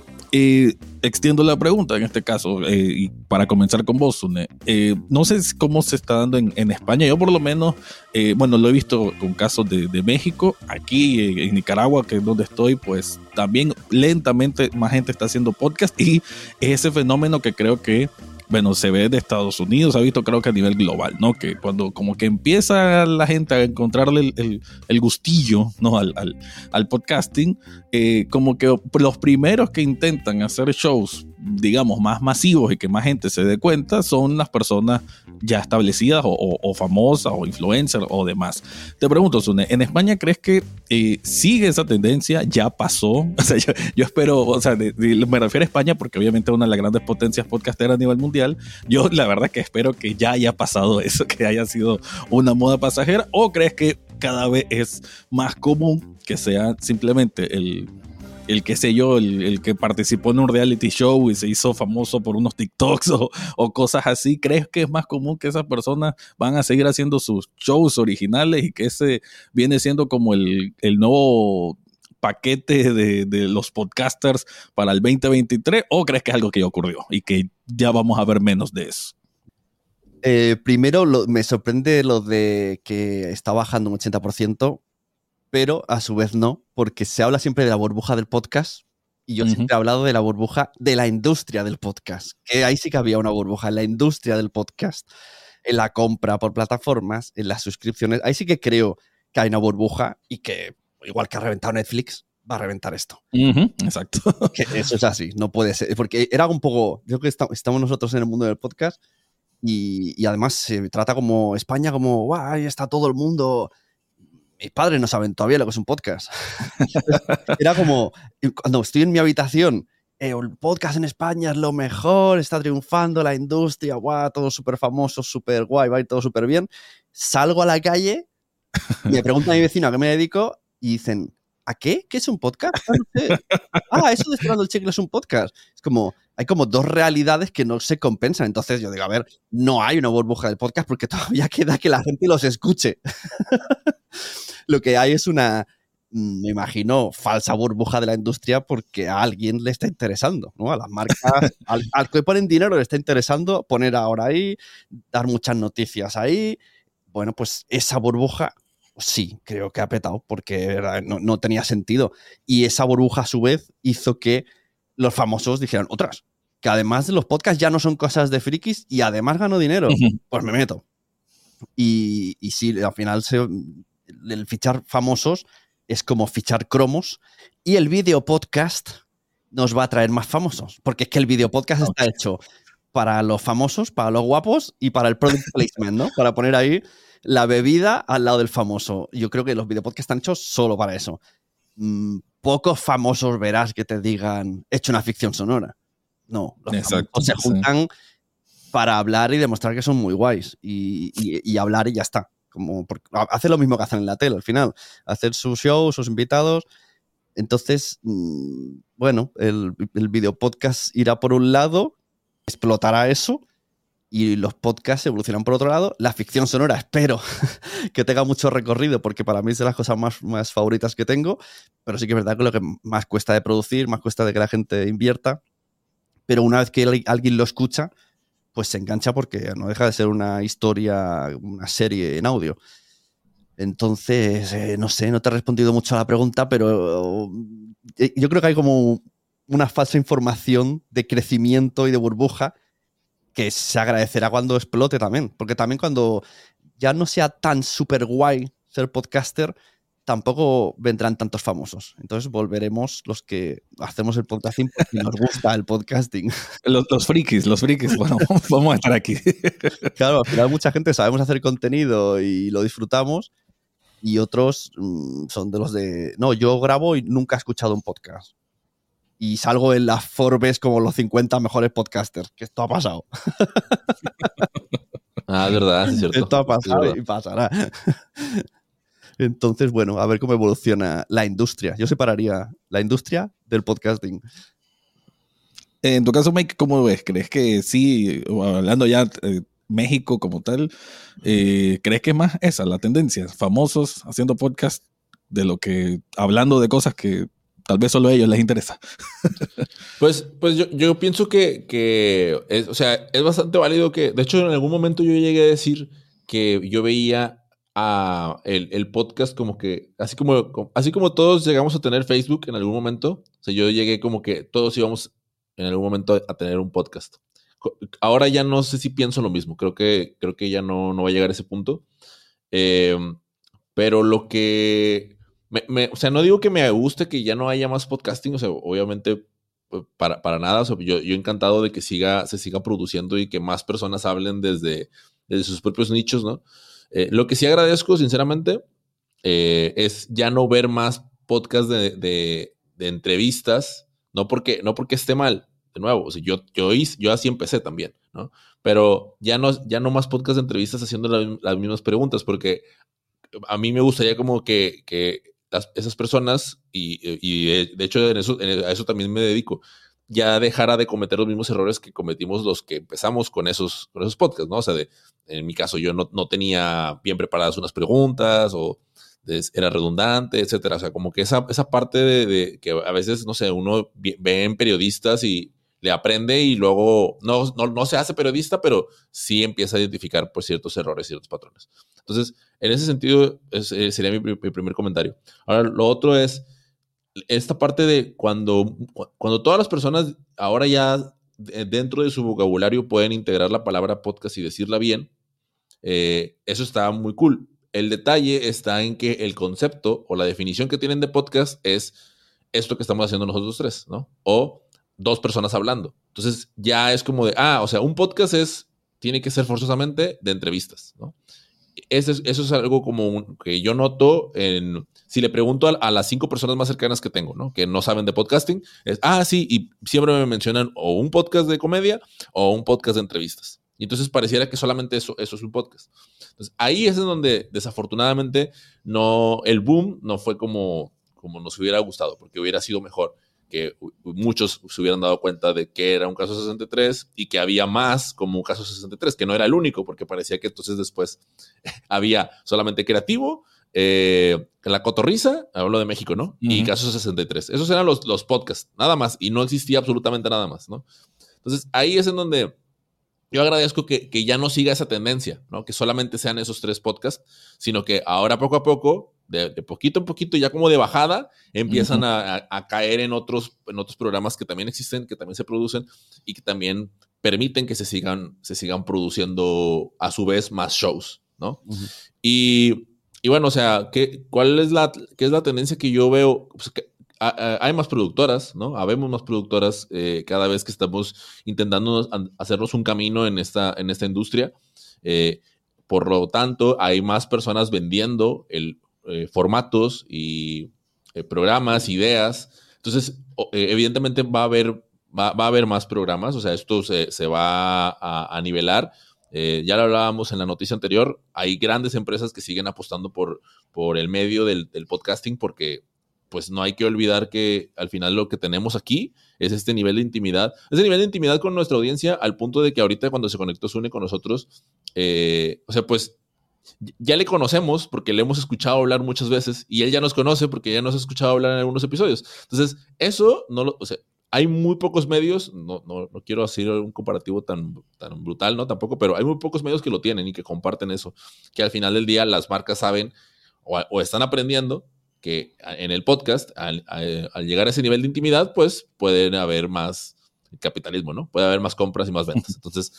extiendo la pregunta en este caso, y para comenzar con vos, Sune, no sé cómo se está dando en España. Yo por lo menos, bueno, lo he visto con casos de México. Aquí en Nicaragua, que es donde estoy, pues también lentamente más gente está haciendo podcast y ese fenómeno que creo que, bueno, se ve de Estados Unidos, ha visto creo que a nivel global, ¿no? Que cuando como que empieza la gente a encontrarle el gustillo, ¿no? al podcasting, como que los primeros que intentan hacer shows, digamos, más masivos y que más gente se dé cuenta son las personas ya establecidas o famosas o influencers o demás. Te pregunto, Sune, ¿en España crees que sigue esa tendencia? ¿Ya pasó? O sea, yo espero, o sea, me refiero a España porque obviamente es una de las grandes potencias podcasteras a nivel mundial. Yo la verdad que espero que ya haya pasado eso, que haya sido una moda pasajera, ¿o crees que cada vez es más común que sea simplemente el qué sé yo, el que participó en un reality show y se hizo famoso por unos TikToks o cosas así? ¿Crees que es más común que esas personas van a seguir haciendo sus shows originales y que ese viene siendo como el nuevo paquete de los podcasters para el 2023? ¿O crees que es algo que ya ocurrió y que ya vamos a ver menos de eso? Primero, me sorprende lo de que está bajando un 80%, pero a su vez no, porque se habla siempre de la burbuja del podcast y yo siempre he hablado de la burbuja de la industria del podcast, que ahí sí que había una burbuja en la industria del podcast, en la compra por plataformas, en las suscripciones. Ahí sí que creo que hay una burbuja y que, igual que ha reventado Netflix, va a reventar esto. Exacto. Que eso es así, no puede ser, porque era un poco, yo creo que estamos nosotros en el mundo del podcast y además se trata como España, como, ¡guau! Ahí está todo el mundo. Mis padres no saben todavía lo que es un podcast. Era como, cuando estoy en mi habitación, el podcast en España es lo mejor, está triunfando la industria, guau, todo súper famoso, súper guay, va a ir todo súper bien. Salgo a la calle, me pregunta a mi vecino a qué me dedico y dicen, ¿a qué? ¿Qué es un podcast? Eso de Estirando el Chicle es un podcast. Es como, hay como dos realidades que no se compensan. Entonces yo digo, a ver, no hay una burbuja del podcast porque todavía queda que la gente los escuche. Lo que hay es una, me imagino, falsa burbuja de la industria porque a alguien le está interesando, ¿no? A las marcas, al que ponen dinero le está interesando poner ahora ahí, dar muchas noticias ahí. Bueno, pues esa burbuja Sí, creo que ha petado porque no tenía sentido. Y esa burbuja a su vez hizo que los famosos dijeran, otras, que además los podcasts ya no son cosas de frikis y además gano dinero, pues me meto. Y sí, al final el fichar famosos es como fichar cromos y el video podcast nos va a traer más famosos, porque es que el video podcast está hecho para los famosos, para los guapos y para el product placement, ¿no? Para poner ahí la bebida al lado del famoso. Yo creo que los videopodcasts están hechos solo para eso. Pocos famosos verás que te digan, he hecho una ficción sonora. No, los famosos se juntan para hablar y demostrar que son muy guays y hablar y ya está. Como hace lo mismo que hacen en la tele al final. Hacer su show, sus invitados. Entonces, bueno, el videopodcast irá por un lado, explotará eso y los podcasts evolucionan por otro lado. La ficción sonora espero que tenga mucho recorrido porque para mí es de las cosas más favoritas que tengo, pero sí que es verdad que lo que más cuesta de producir, más cuesta de que la gente invierta, pero una vez que alguien lo escucha, pues se engancha porque no deja de ser una historia, una serie en audio. Entonces, no sé, no te he respondido mucho a la pregunta, pero yo creo que hay como una falsa información de crecimiento y de burbuja que se agradecerá cuando explote también. Porque también cuando ya no sea tan súper guay ser podcaster, tampoco vendrán tantos famosos. Entonces volveremos los que hacemos el podcasting porque nos gusta el podcasting. Los frikis, bueno, vamos a estar aquí. Claro, al final mucha gente sabemos hacer contenido y lo disfrutamos y otros son de los de, no, yo grabo y nunca he escuchado un podcast. Y salgo en las Forbes como los 50 mejores podcasters, que esto ha pasado. Es verdad, es cierto. Esto ha pasado y pasará. Entonces, bueno, a ver cómo evoluciona la industria. Yo separaría la industria del podcasting. En tu caso, Mike, ¿cómo ves? ¿Crees que sí, hablando ya México como tal, crees que es más esa la tendencia? Famosos haciendo podcast de lo que, hablando de cosas que tal vez solo a ellos les interesa. Pues yo pienso que es, o sea, es bastante válido que, de hecho, en algún momento yo llegué a decir que yo veía el podcast como que, así como todos llegamos a tener Facebook en algún momento, o sea, yo llegué como que todos íbamos en algún momento a tener un podcast. Ahora ya no sé si pienso lo mismo, creo que ya no va a llegar a ese punto. Pero lo que... o sea, no digo que me guste que ya no haya más podcasting, o sea, obviamente para nada, o sea, yo encantado de que se siga produciendo y que más personas hablen desde sus propios nichos, ¿no? Lo que sí agradezco, sinceramente, es ya no ver más podcasts de entrevistas, no porque esté mal, de nuevo, o sea, yo así empecé también, ¿no? Pero ya no más podcasts de entrevistas haciendo las mismas preguntas, porque a mí me gustaría como que esas personas, y de hecho a eso también me dedico, ya dejara de cometer los mismos errores que cometimos los que empezamos con esos podcasts, ¿no? O sea, en mi caso yo no tenía bien preparadas unas preguntas o era redundante, etcétera. O sea, como que esa parte de que a veces, no sé, uno ve en periodistas y le aprende y luego no se hace periodista, pero sí empieza a identificar pues, ciertos errores, ciertos patrones. Entonces, en ese sentido, sería mi primer comentario. Ahora, lo otro es esta parte de cuando todas las personas ahora ya dentro de su vocabulario pueden integrar la palabra podcast y decirla bien, eso está muy cool. El detalle está en que el concepto o la definición que tienen de podcast es esto que estamos haciendo nosotros tres, ¿no? O dos personas hablando. Entonces ya es como de, o sea, un podcast tiene que ser forzosamente de entrevistas, ¿no? Eso es algo como que yo noto si le pregunto a las 5 personas más cercanas que tengo, ¿no? Que no saben de podcasting, sí, y siempre me mencionan o un podcast de comedia o un podcast de entrevistas. Y entonces pareciera que solamente eso es un podcast. Entonces ahí es en donde desafortunadamente el boom no fue como nos hubiera gustado, porque hubiera sido mejor que muchos se hubieran dado cuenta de que era un caso 63 y que había más como un caso 63, que no era el único, porque parecía que entonces después había solamente Creativo, La Cotorriza, hablo de México, ¿no? Uh-huh. Y caso 63. Esos eran los podcasts, nada más, y no existía absolutamente nada más, ¿no? Entonces ahí es en donde yo agradezco que ya no siga esa tendencia, ¿no? Que solamente sean esos 3 podcasts, sino que ahora poco a poco, de poquito en poquito, ya como de bajada, empiezan a caer en otros programas que también existen, que también se producen y que también permiten que se sigan produciendo a su vez más shows, ¿no? Y bueno, o sea, ¿qué es la tendencia que yo veo? Pues hay más productoras, ¿no? Habemos más productoras cada vez que estamos intentando hacernos un camino en esta industria. Por lo tanto, hay más personas vendiendo formatos y programas, ideas. Entonces, evidentemente va a haber más programas. O sea, esto se va a nivelar. Ya lo hablábamos en la noticia anterior. Hay grandes empresas que siguen apostando por el medio del podcasting porque pues no hay que olvidar que al final lo que tenemos aquí es este nivel de intimidad. Ese nivel de intimidad con nuestra audiencia al punto de que ahorita cuando se conectó Sune con nosotros, o sea, pues ya le conocemos porque le hemos escuchado hablar muchas veces y él ya nos conoce porque ya nos ha escuchado hablar en algunos episodios. Entonces, eso o sea, hay muy pocos medios, no quiero hacer un comparativo tan brutal, ¿no? Tampoco, pero hay muy pocos medios que lo tienen y que comparten eso, que al final del día las marcas saben o están aprendiendo que en el podcast, al llegar a ese nivel de intimidad, pues pueden haber más capitalismo, ¿no? Puede haber más compras y más ventas. Entonces,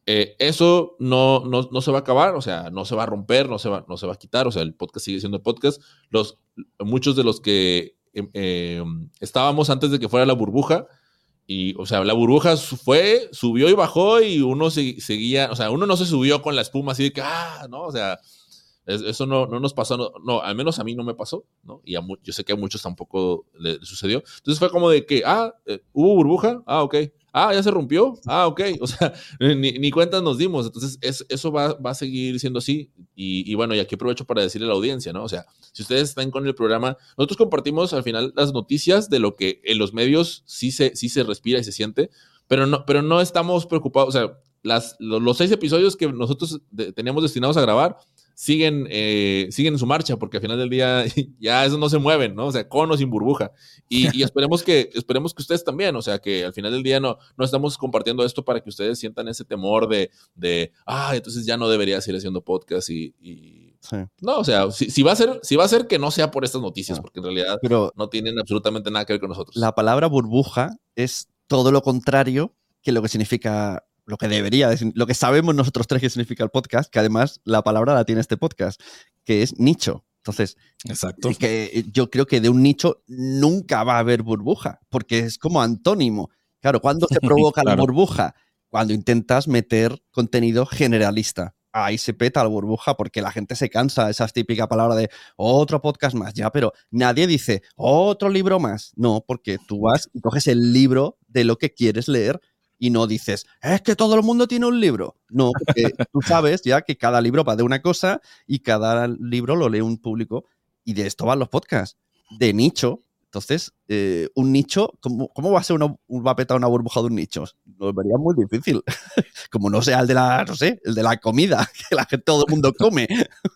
eso no se va a acabar, o sea, no se va a romper, no se va a quitar, o sea, el podcast sigue siendo el podcast. Muchos de los que estábamos antes de que fuera la burbuja, y, o sea, la burbuja subió y bajó y uno seguía, o sea, uno no se subió con la espuma así de que, ¿no? O sea, eso no nos pasó, no, al menos a mí no me pasó, ¿no? Y yo sé que a muchos tampoco le sucedió. Entonces fue como de que, hubo burbuja, ok, ya se rompió, ok, o sea, ni cuentas nos dimos. Entonces eso va a seguir siendo así. Y bueno, y aquí aprovecho para decirle a la audiencia, ¿no? O sea, si ustedes están con el programa, nosotros compartimos al final las noticias de lo que en los medios sí se respira y se siente, pero no estamos preocupados, o sea, los 6 episodios que nosotros teníamos destinados a grabar, siguen en su marcha, porque al final del día ya esos no se mueven, ¿no? O sea, con o sin burbuja. Y esperemos que ustedes también, o sea, que al final del día no estamos compartiendo esto para que ustedes sientan ese temor de entonces ya no debería seguir haciendo podcast y sí. No, o sea, si va a ser que no sea por estas noticias, porque en realidad no tienen absolutamente nada que ver con nosotros. La palabra burbuja es todo lo contrario que lo que significa, lo que debería decir, lo que sabemos nosotros 3 que significa el podcast, que además la palabra la tiene este podcast, que es nicho. Entonces, exacto. Que yo creo que de un nicho nunca va a haber burbuja, porque es como antónimo. Claro, ¿cuándo se provoca la burbuja? Cuando intentas meter contenido generalista. Ahí se peta la burbuja porque la gente se cansa de esa típica palabra de otro podcast más, ya, pero nadie dice otro libro más. No, porque tú vas y coges el libro de lo que quieres leer y no dices, es que todo el mundo tiene un libro. No, porque tú sabes ya que cada libro va de una cosa y cada libro lo lee un público y de esto van los podcasts, de nicho. Entonces, un nicho, ¿cómo va a ser va a petar una burbuja de un nicho? Lo vería muy difícil. Como no sea el de la comida, que todo el mundo come.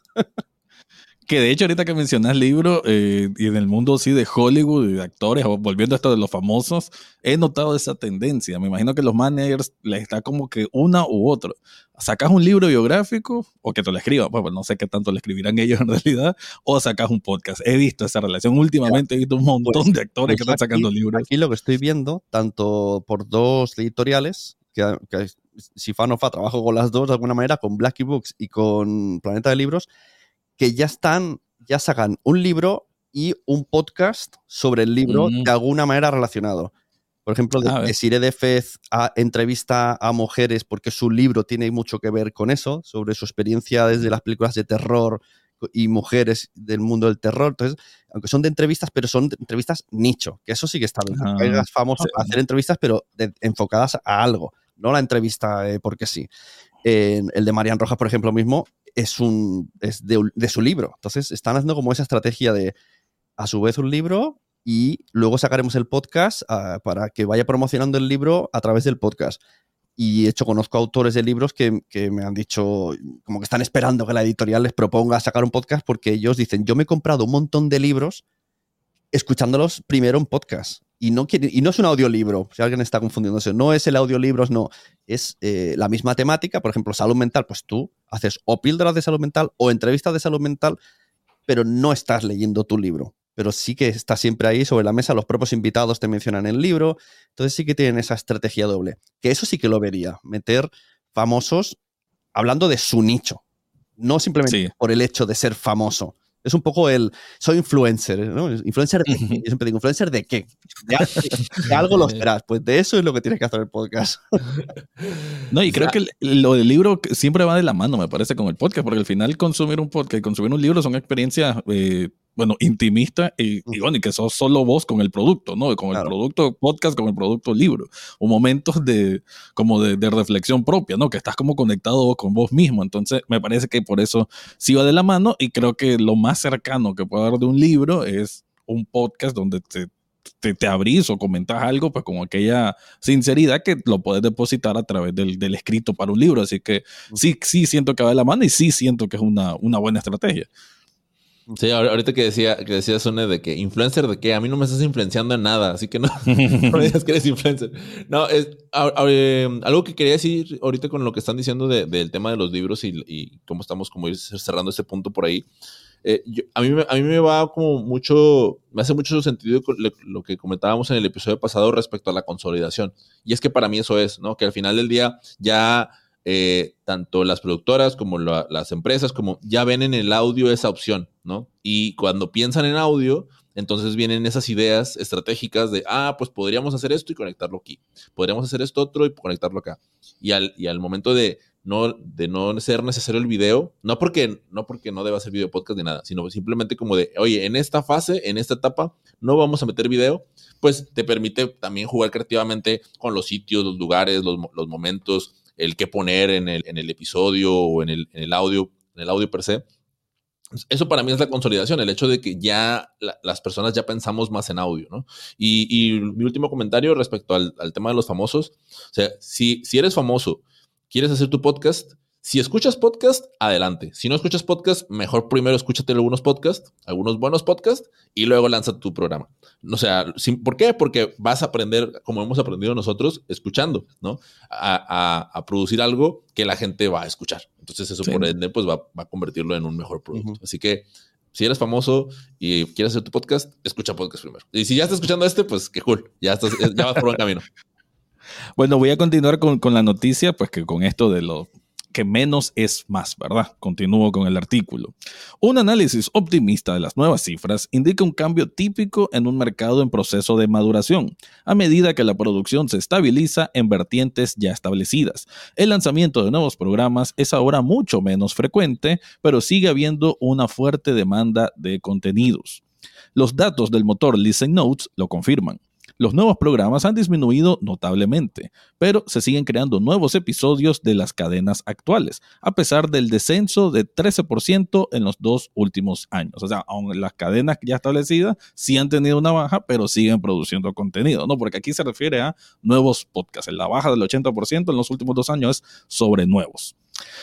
Que de hecho ahorita que mencionas libros y en el mundo sí de Hollywood y de actores, volviendo a esto de los famosos, he notado esa tendencia. Me imagino que los managers les está como que una u otra. Sacas un libro biográfico o que te lo escriban, pues no sé qué tanto le escribirán ellos en realidad, o sacas un podcast. He visto esa relación. Últimamente he visto un montón de actores que están sacando libros. Aquí lo que estoy viendo, tanto por 2 editoriales, que si fan o fa trabajo con las 2 de alguna manera, con Blackie Books y con Planeta de Libros, que ya sacan un libro y un podcast sobre el libro de alguna manera relacionado. Por ejemplo, Desiree de Fez entrevista a mujeres porque su libro tiene mucho que ver con eso, sobre su experiencia desde las películas de terror y mujeres del mundo del terror. Entonces, aunque son de entrevistas, pero son entrevistas nicho, que eso sí que está bien. Es famoso hacer entrevistas, pero enfocadas a algo, no la entrevista porque sí. El de Marian Rojas, por ejemplo, mismo, es de su libro. Entonces, están haciendo como esa estrategia de, a su vez, un libro y luego sacaremos el podcast para que vaya promocionando el libro a través del podcast. Y de hecho, conozco autores de libros que me han dicho como que están esperando que la editorial les proponga sacar un podcast porque ellos dicen, yo me he comprado un montón de libros escuchándolos primero en podcast. Y no es un audiolibro, si alguien está confundiéndose, no es el audiolibro, no, es la misma temática, por ejemplo, salud mental, pues tú haces o píldoras de salud mental o entrevistas de salud mental, pero no estás leyendo tu libro, pero sí que está siempre ahí sobre la mesa, los propios invitados te mencionan el libro, entonces sí que tienen esa estrategia doble, que eso sí que lo vería, meter famosos hablando de su nicho, no simplemente por el hecho de ser famoso. Es un poco soy influencer, ¿no? ¿Influencer de qué? Yo siempre digo, ¿influencer de qué? De algo lo serás. Pues de eso es lo que tienes que hacer el podcast. No, y creo que lo del libro siempre va de la mano, me parece, con el podcast, porque al final consumir un podcast y consumir un libro son experiencias, intimistas y que sos solo vos con el producto, ¿no? Con el producto podcast, con el producto libro. O momentos de reflexión propia, ¿no? Que estás como conectado con vos mismo. Entonces, me parece que por eso sí va de la mano y creo que lo más cercano que puede haber de un libro es un podcast donde te abrís o comentas algo, pues con aquella sinceridad que lo puedes depositar a través del escrito para un libro. Así que sí siento que va de la mano y sí siento que es una buena estrategia. Sí, ahorita que decía Sune de que influencer de qué, a mí no me estás influenciando en nada, así que no me digas que eres influencer. No, es algo que quería decir ahorita con lo que están diciendo del tema de los libros y cómo estamos como ir cerrando ese punto por ahí. A mí me va como mucho, me hace mucho sentido lo que comentábamos en el episodio pasado respecto a la consolidación. Y es que para mí eso es, ¿no? Que al final del día ya tanto las productoras como las empresas como ya ven en el audio esa opción, ¿no? Y cuando piensan en audio, entonces vienen esas ideas estratégicas de, pues podríamos hacer esto y conectarlo aquí. Podríamos hacer esto otro y conectarlo acá. Y al momento de no ser necesario el video, no porque no deba ser video podcast ni nada, sino simplemente como de, oye, en esta fase, en esta etapa, no vamos a meter video, pues te permite también jugar creativamente con los sitios, los lugares, los momentos, el qué poner en el episodio o en el audio per se. Eso para mí es la consolidación, el hecho de que ya las personas ya pensamos más en audio, ¿no? Y mi último comentario respecto al tema de los famosos, o sea, si eres famoso, quieres hacer tu podcast, si escuchas podcast, adelante. Si no escuchas podcast, mejor primero escúchate algunos podcasts, algunos buenos podcasts, y luego lanza tu programa. O sea, ¿por qué? Porque vas a aprender, como hemos aprendido nosotros, escuchando, ¿no? A producir algo que la gente va a escuchar. Entonces eso por ende, pues va a convertirlo en un mejor producto. Así que si eres famoso y quieres hacer tu podcast, escucha podcast primero. Y si ya estás escuchando pues qué cool. Ya vas por buen camino. Bueno, voy a continuar con la noticia, pues que con esto de lo que menos es más, ¿verdad? Continúo con el artículo. Un análisis optimista de las nuevas cifras indica un cambio típico en un mercado en proceso de maduración, a medida que la producción se estabiliza en vertientes ya establecidas. El lanzamiento de nuevos programas es ahora mucho menos frecuente, pero sigue habiendo una fuerte demanda de contenidos. Los datos del motor Listen Notes lo confirman. Los nuevos programas han disminuido notablemente, pero se siguen creando nuevos episodios de las cadenas actuales, a pesar del descenso de 13% en los 2 últimos años. O sea, aun las cadenas ya establecidas sí han tenido una baja, pero siguen produciendo contenido, ¿no? Porque aquí se refiere a nuevos podcasts. La baja del 80% en los últimos 2 años es sobre nuevos.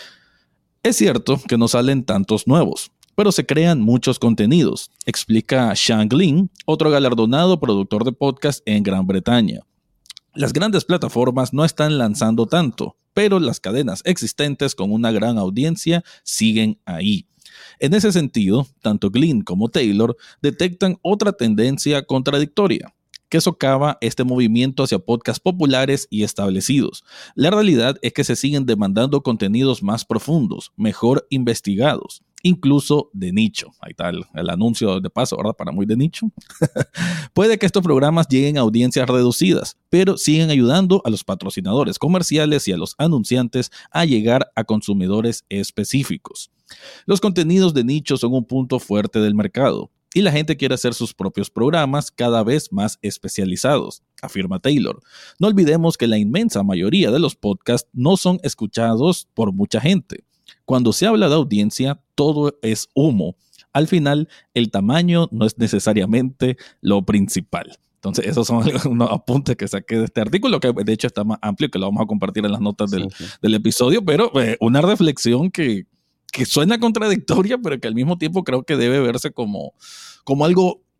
Es cierto que no salen tantos nuevos, pero se crean muchos contenidos, explica Shang Lin, otro galardonado productor de podcast en Gran Bretaña. Las grandes plataformas no están lanzando tanto, pero las cadenas existentes con una gran audiencia siguen ahí. En ese sentido, tanto Glynn como Taylor detectan otra tendencia contradictoria, que socava este movimiento hacia podcasts populares y establecidos. La realidad es que se siguen demandando contenidos más profundos, mejor investigados, incluso de nicho. Ahí está el anuncio de paso, ¿verdad? Para muy de nicho. Puede que estos programas lleguen a audiencias reducidas, pero siguen ayudando a los patrocinadores comerciales y a los anunciantes a llegar a consumidores específicos. Los contenidos de nicho son un punto fuerte del mercado, y la gente quiere hacer sus propios programas cada vez más especializados, afirma Taylor. No olvidemos que la inmensa mayoría de los podcasts no son escuchados por mucha gente. Cuando se habla de audiencia, todo es humo. Al final, el tamaño no es necesariamente lo principal. Entonces, esos son unos apuntes que saqué de este artículo, que de hecho está más amplio, que lo vamos a compartir en las notas del episodio, pero una reflexión que suena contradictoria, pero que al mismo tiempo creo que debe verse como algo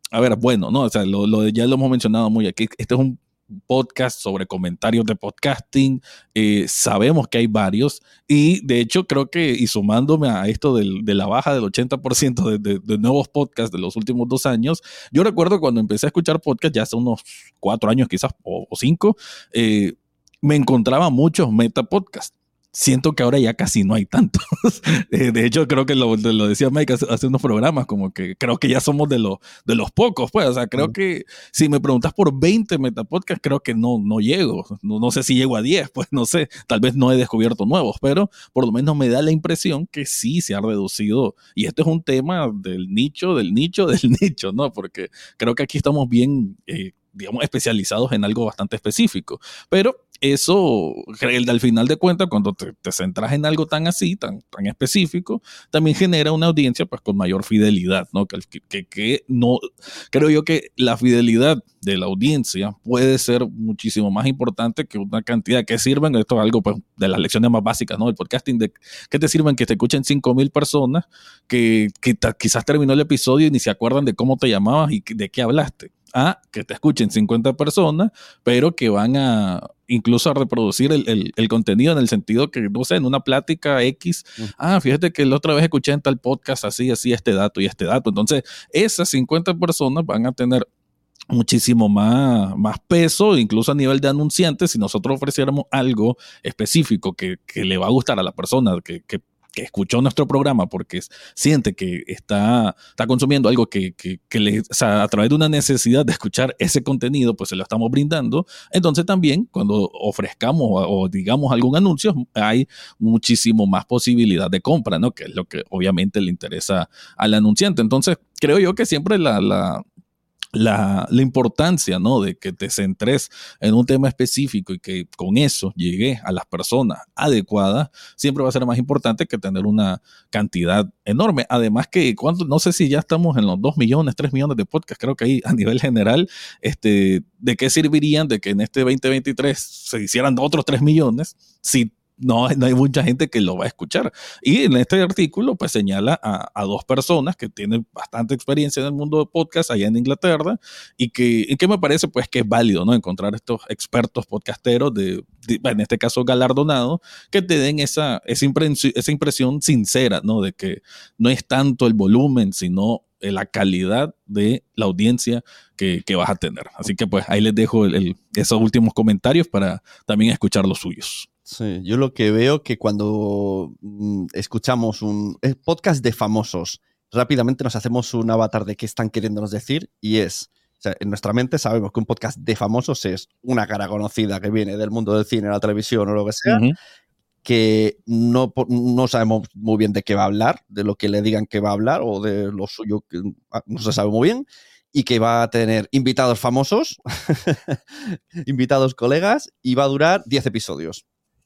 a ver, bueno, ¿no? O sea, ya lo hemos mencionado muy aquí. Este es un podcast sobre comentarios de podcasting. Sabemos que hay varios y de hecho creo que, y sumándome a esto de la baja del 80% de nuevos podcasts de los últimos 2 años, yo recuerdo cuando empecé a escuchar podcasts ya hace unos 4 años quizás o 5, me encontraba muchos metapodcasts. Siento que ahora ya casi no hay tantos. De hecho, creo que lo decía Mike hace unos programas, como que creo que ya somos de los pocos, pues. O sea, creo que si me preguntas por 20 metapodcasts, creo que no llego. No sé si llego a 10, pues no sé. Tal vez no he descubierto nuevos, pero por lo menos me da la impresión que sí se ha reducido. Y este es un tema del nicho, ¿no? Porque creo que aquí estamos bien, digamos, especializados en algo bastante específico. Pero eso, al final de cuentas, cuando te centras en algo tan así, tan específico, también genera una audiencia pues con mayor fidelidad, ¿no? Que no, creo yo que la fidelidad de la audiencia puede ser muchísimo más importante que una cantidad que sirven, esto es algo pues de las lecciones más básicas, ¿no? El podcasting, que te sirven que te escuchen 5,000 personas, que quizás terminó el episodio y ni se acuerdan de cómo te llamabas y de qué hablaste. A que te escuchen 50 personas, pero que van a incluso a reproducir el contenido en el sentido que, no sé, en una plática X, fíjate que la otra vez escuché en tal podcast así, este dato y este dato. Entonces, esas 50 personas van a tener muchísimo más peso, incluso a nivel de anunciantes, si nosotros ofreciéramos algo específico que le va a gustar a la persona que escuchó nuestro programa porque siente que está consumiendo algo que o sea, a través de una necesidad de escuchar ese contenido, pues se lo estamos brindando. Entonces también cuando ofrezcamos o digamos algún anuncio, hay muchísimo más posibilidad de compra, ¿no? Que es lo que obviamente le interesa al anunciante. Entonces creo yo que siempre la importancia, ¿no? De que te centres en un tema específico y que con eso llegue a las personas adecuadas, siempre va a ser más importante que tener una cantidad enorme. Además que, no sé si ya estamos en los 2 millones, 3 millones de podcasts, creo que ahí a nivel general, ¿de qué servirían de que en este 2023 se hicieran otros 3 millones si no hay mucha gente que lo va a escuchar? Y en este artículo pues señala a 2 personas que tienen bastante experiencia en el mundo de podcast allá en Inglaterra y que me parece pues que es válido, ¿no? Encontrar estos expertos podcasteros en este caso galardonados, que te den esa impresión sincera, ¿no? De que no es tanto el volumen, sino la calidad de la audiencia que vas a tener. Así que pues ahí les dejo esos últimos comentarios para también escuchar los suyos. Sí, yo lo que veo que cuando escuchamos un podcast de famosos, rápidamente nos hacemos un avatar de qué están queriéndonos decir y o sea, en nuestra mente sabemos que un podcast de famosos es una cara conocida que viene del mundo del cine, la televisión o lo que sea, que no sabemos muy bien de qué va a hablar, de lo que le digan que va a hablar o de lo suyo que no se sabe muy bien, y que va a tener invitados famosos, invitados colegas, y va a durar 10 episodios.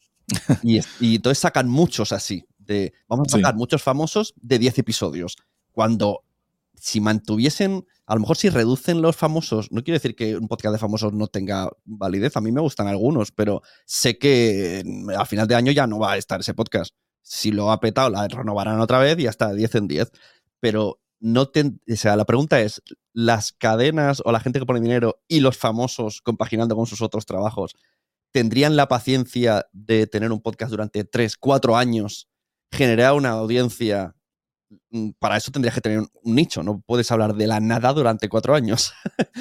Y entonces sacan muchos así, vamos a sacar muchos famosos de 10 episodios, cuando si mantuviesen, a lo mejor si reducen los famosos, no quiero decir que un podcast de famosos no tenga validez, a mí me gustan algunos, pero sé que a final de año ya no va a estar ese podcast. Si lo ha petado, la renovarán otra vez y hasta 10 en 10, pero o sea, la pregunta es, ¿las cadenas o la gente que pone dinero y los famosos compaginando con sus otros trabajos tendrían la paciencia de tener un podcast durante 3, 4 años, generar una audiencia? Para eso tendrías que tener un nicho, no puedes hablar de la nada durante 4 años.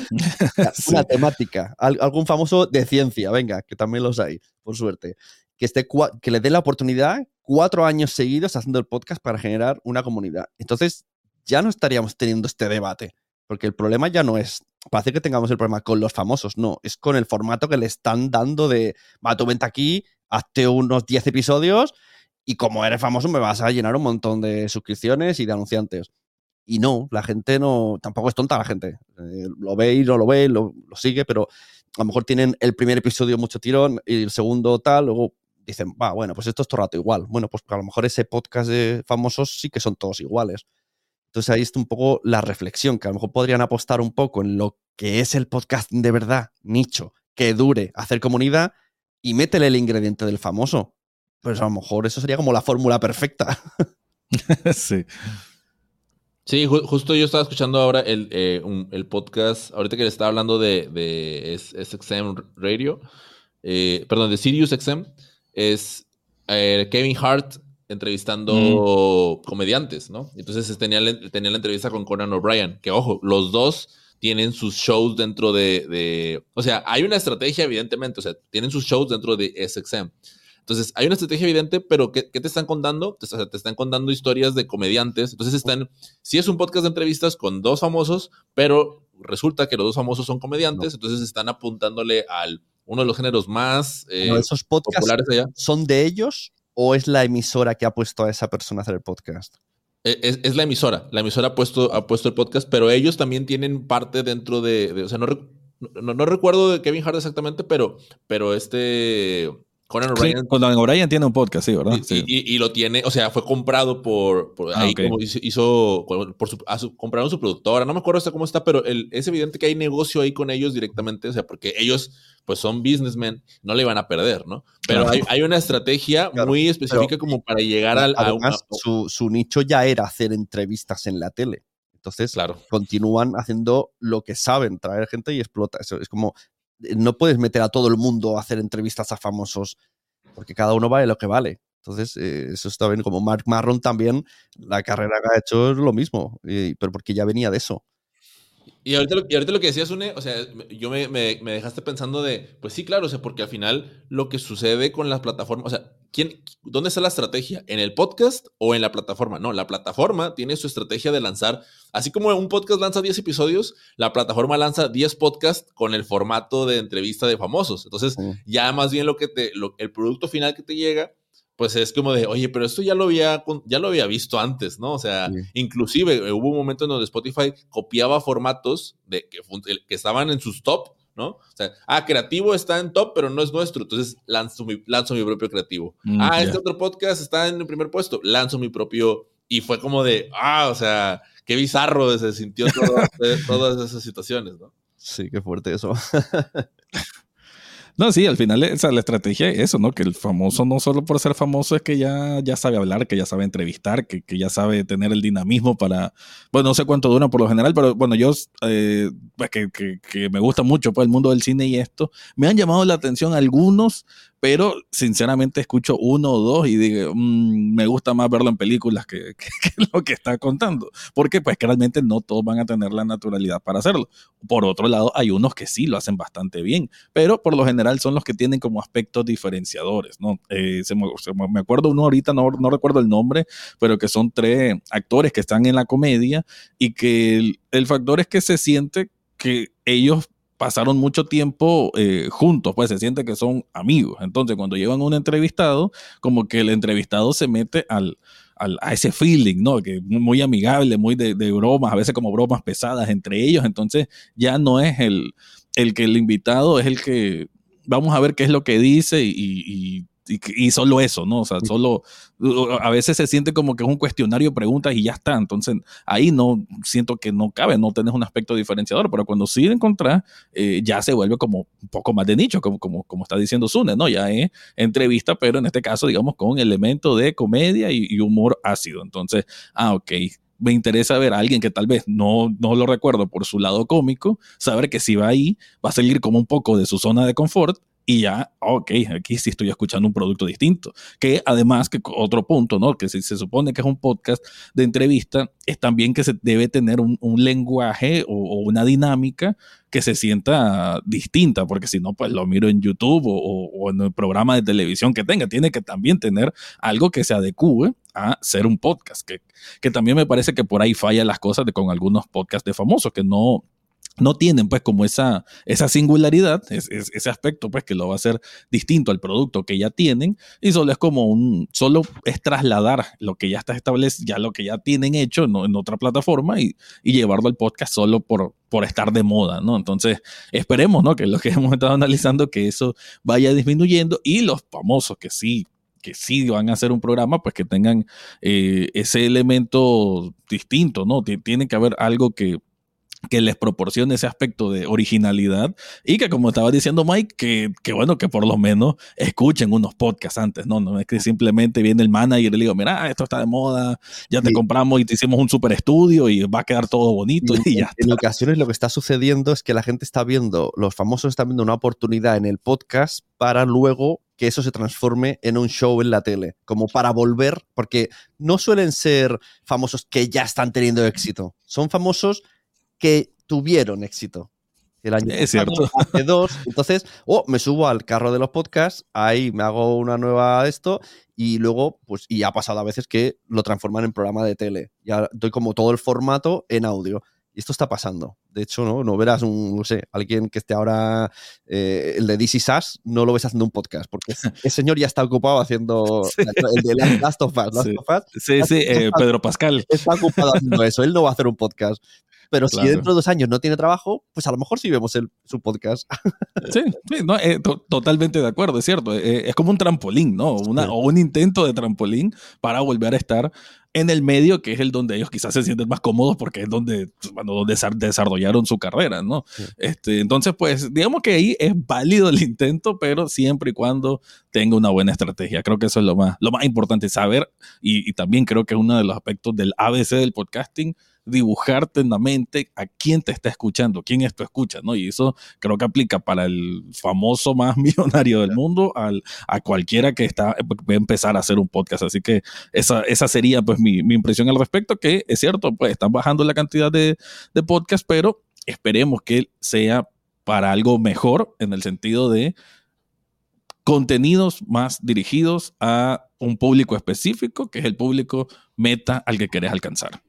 Sí. Una temática, algún famoso de ciencia, venga, que también los hay, por suerte, que le dé la oportunidad 4 años seguidos haciendo el podcast para generar una comunidad. Entonces ya no estaríamos teniendo este debate, porque el problema ya no es, parece que tengamos el problema con los famosos, no, es con el formato que le están dando de, tú vente aquí, hazte unos 10 episodios y como eres famoso me vas a llenar un montón de suscripciones y de anunciantes. Y no, la gente no, tampoco es tonta la gente. Lo ve y no lo ve, lo sigue, pero a lo mejor tienen el primer episodio mucho tirón y el segundo tal, luego dicen, bueno, pues esto es todo rato igual. Bueno, pues a lo mejor ese podcast de famosos sí que son todos iguales. Entonces ahí está un poco la reflexión, que a lo mejor podrían apostar un poco en lo que es el podcasting de verdad, nicho, que dure, hacer comunidad y métele el ingrediente del famoso. Pues a lo mejor eso sería como la fórmula perfecta. Sí. Sí, justo yo estaba escuchando ahora el podcast, ahorita que le estaba hablando de SXM Radio, perdón, de Sirius XM, es Kevin Hart entrevistando comediantes, ¿no? Entonces tenía la entrevista con Conan O'Brien, que ojo, los dos tienen sus shows dentro o sea, hay una estrategia evidentemente, o sea, tienen sus shows dentro de SXM. Entonces, hay una estrategia evidente, pero ¿qué te están contando? Te están contando historias de comediantes. Entonces, sí es un podcast de entrevistas con dos famosos, pero resulta que los dos famosos son comediantes, entonces están apuntándole al uno de los géneros más ¿esos podcasts populares allá. ¿Son de ellos o es la emisora que ha puesto a esa persona a hacer el podcast? Es la emisora. La emisora ha puesto el podcast, pero ellos también tienen parte dentro o sea, no recuerdo de Kevin Hart exactamente, pero Conan O'Brien. Sí, Conan O'Brien tiene un podcast, sí, ¿verdad? Sí. Y lo tiene, o sea, fue comprado por ahí, okay. Como compraron su productora, no me acuerdo hasta cómo está, pero es evidente que hay negocio ahí con ellos directamente, o sea, porque ellos pues son businessmen, no le van a perder, ¿no? Pero hay una estrategia muy específica como para llegar además, su nicho ya era hacer entrevistas en la tele. Entonces, continúan haciendo lo que saben, traer gente y explota. Eso es como, no puedes meter a todo el mundo a hacer entrevistas a famosos porque cada uno vale lo que vale. Entonces, eso está bien. Como Mark Maron también, la carrera que ha hecho es lo mismo, pero porque ya venía de eso. Y ahorita lo que decías, Une, o sea, yo me dejaste pensando pues sí, claro, o sea, porque al final lo que sucede con las plataformas, o sea, ¿dónde está la estrategia? ¿En el podcast o en la plataforma? No, la plataforma tiene su estrategia de lanzar, así como un podcast lanza 10 episodios, la plataforma lanza 10 podcasts con el formato de entrevista de famosos. Entonces, ya más bien el producto final que te llega, pues es como de, oye, pero esto ya lo había visto antes, ¿no? O sea, inclusive hubo un momento en donde Spotify copiaba formatos que estaban en sus top, ¿no? O sea, creativo está en top, pero no es nuestro, entonces lanzo mi propio creativo. Este otro podcast está en el primer puesto, lanzo mi propio, y fue como de, o sea, qué bizarro se sintió todas esas situaciones, ¿no? Sí, qué fuerte eso. No, sí, al final la estrategia es eso, ¿no? Que el famoso no solo por ser famoso es que ya sabe hablar, que ya sabe entrevistar, que ya sabe tener el dinamismo para... Bueno, no sé cuánto dura por lo general, pero bueno, yo pues que me gusta mucho pues, el mundo del cine y esto, me han llamado la atención algunos, pero sinceramente escucho uno o dos y digo, me gusta más verlo en películas que lo que está contando, porque pues realmente no todos van a tener la naturalidad para hacerlo. Por otro lado, hay unos que sí lo hacen bastante bien, pero por lo general son los que tienen como aspectos diferenciadores, ¿no? Me acuerdo uno ahorita, no recuerdo el nombre, pero que son 3 actores que están en la comedia y que el factor es que se siente que ellos pasaron mucho tiempo juntos, pues se siente que son amigos. Entonces, cuando llevan a un entrevistado, como que el entrevistado se mete a ese feeling, ¿no? Que es muy amigable, muy de bromas, a veces como bromas pesadas entre ellos. Entonces, ya no es el que el invitado es el que vamos a ver qué es lo que dice y solo eso, ¿no? O sea, solo a veces se siente como que es un cuestionario de preguntas y ya está. Entonces, ahí no siento que no cabe, no tenés un aspecto diferenciador, pero cuando sí lo encontrás, ya se vuelve como un poco más de nicho, como está diciendo Sune, ¿no? Ya es entrevista, pero en este caso, digamos, con elemento de comedia y humor ácido. Entonces, ok. Me interesa ver a alguien que tal vez no lo recuerdo por su lado cómico, saber que si va ahí, va a salir como un poco de su zona de confort y ya, ok, aquí sí estoy escuchando un producto distinto. Que además, que otro punto, ¿no? Que si se supone que es un podcast de entrevista, es también que se debe tener un lenguaje o una dinámica que se sienta distinta, porque si no, pues lo miro en YouTube o en el programa de televisión que tenga. Tiene que también tener algo que se adecue a ser un podcast, que también me parece que por ahí fallan las cosas con algunos podcasts de famosos que no tienen pues como esa singularidad, ese aspecto pues que lo va a hacer distinto al producto que ya tienen y solo es como solo es trasladar lo que ya está establecido, ya lo que ya tienen hecho en otra plataforma y llevarlo al podcast solo por estar de moda, ¿no? Entonces esperemos, ¿no? Que lo que hemos estado analizando que eso vaya disminuyendo y los famosos que sí van a hacer un programa, pues que tengan ese elemento distinto, ¿no? Tiene que haber algo que que les proporcione ese aspecto de originalidad y que, como estaba diciendo Mike, que bueno, que por lo menos escuchen unos podcasts antes, no es que simplemente viene el manager y le digo, mira, esto está de moda, ya te compramos y te hicimos un super estudio y va a quedar todo bonito y ya está. En ocasiones lo que está sucediendo es que la gente está viendo, los famosos están viendo una oportunidad en el podcast para luego que eso se transforme en un show en la tele, como para volver, porque no suelen ser famosos que ya están teniendo éxito, son famosos que tuvieron éxito el año pasado, cierto. hace 2, entonces, me subo al carro de los podcasts, ahí me hago una nueva esto y luego, pues, y ha pasado a veces que lo transforman en programa de tele, ya doy como todo el formato en audio. Y esto está pasando. De hecho, no verás no sé, alguien que esté ahora, el de This Is Us, no lo ves haciendo un podcast, porque ese señor ya está ocupado haciendo el de Last of Us. Sí, Pedro Pascal. Está ocupado haciendo eso, él no va a hacer un podcast. Pero claro, si dentro de 2 años no tiene trabajo, pues a lo mejor sí vemos su podcast. Sí, no, totalmente de acuerdo, es cierto. Es como un trampolín, ¿no? O un intento de trampolín para volver a estar en el medio, que es el donde ellos quizás se sienten más cómodos porque es donde desarrollaron su carrera, ¿no? Sí. Entonces, pues, digamos que ahí es válido el intento, pero siempre y cuando tenga una buena estrategia. Creo que eso es lo más importante, saber, y también creo que es uno de los aspectos del ABC del podcasting, dibujarte en la mente a quién te está escuchando, quién es tu escucha, ¿no? Y eso creo que aplica para el famoso más millonario del mundo, a cualquiera que va a empezar a hacer un podcast. Así que esa sería pues mi impresión al respecto, que es cierto, pues están bajando la cantidad de podcasts, pero esperemos que sea para algo mejor, en el sentido de contenidos más dirigidos a un público específico, que es el público meta al que querés alcanzar.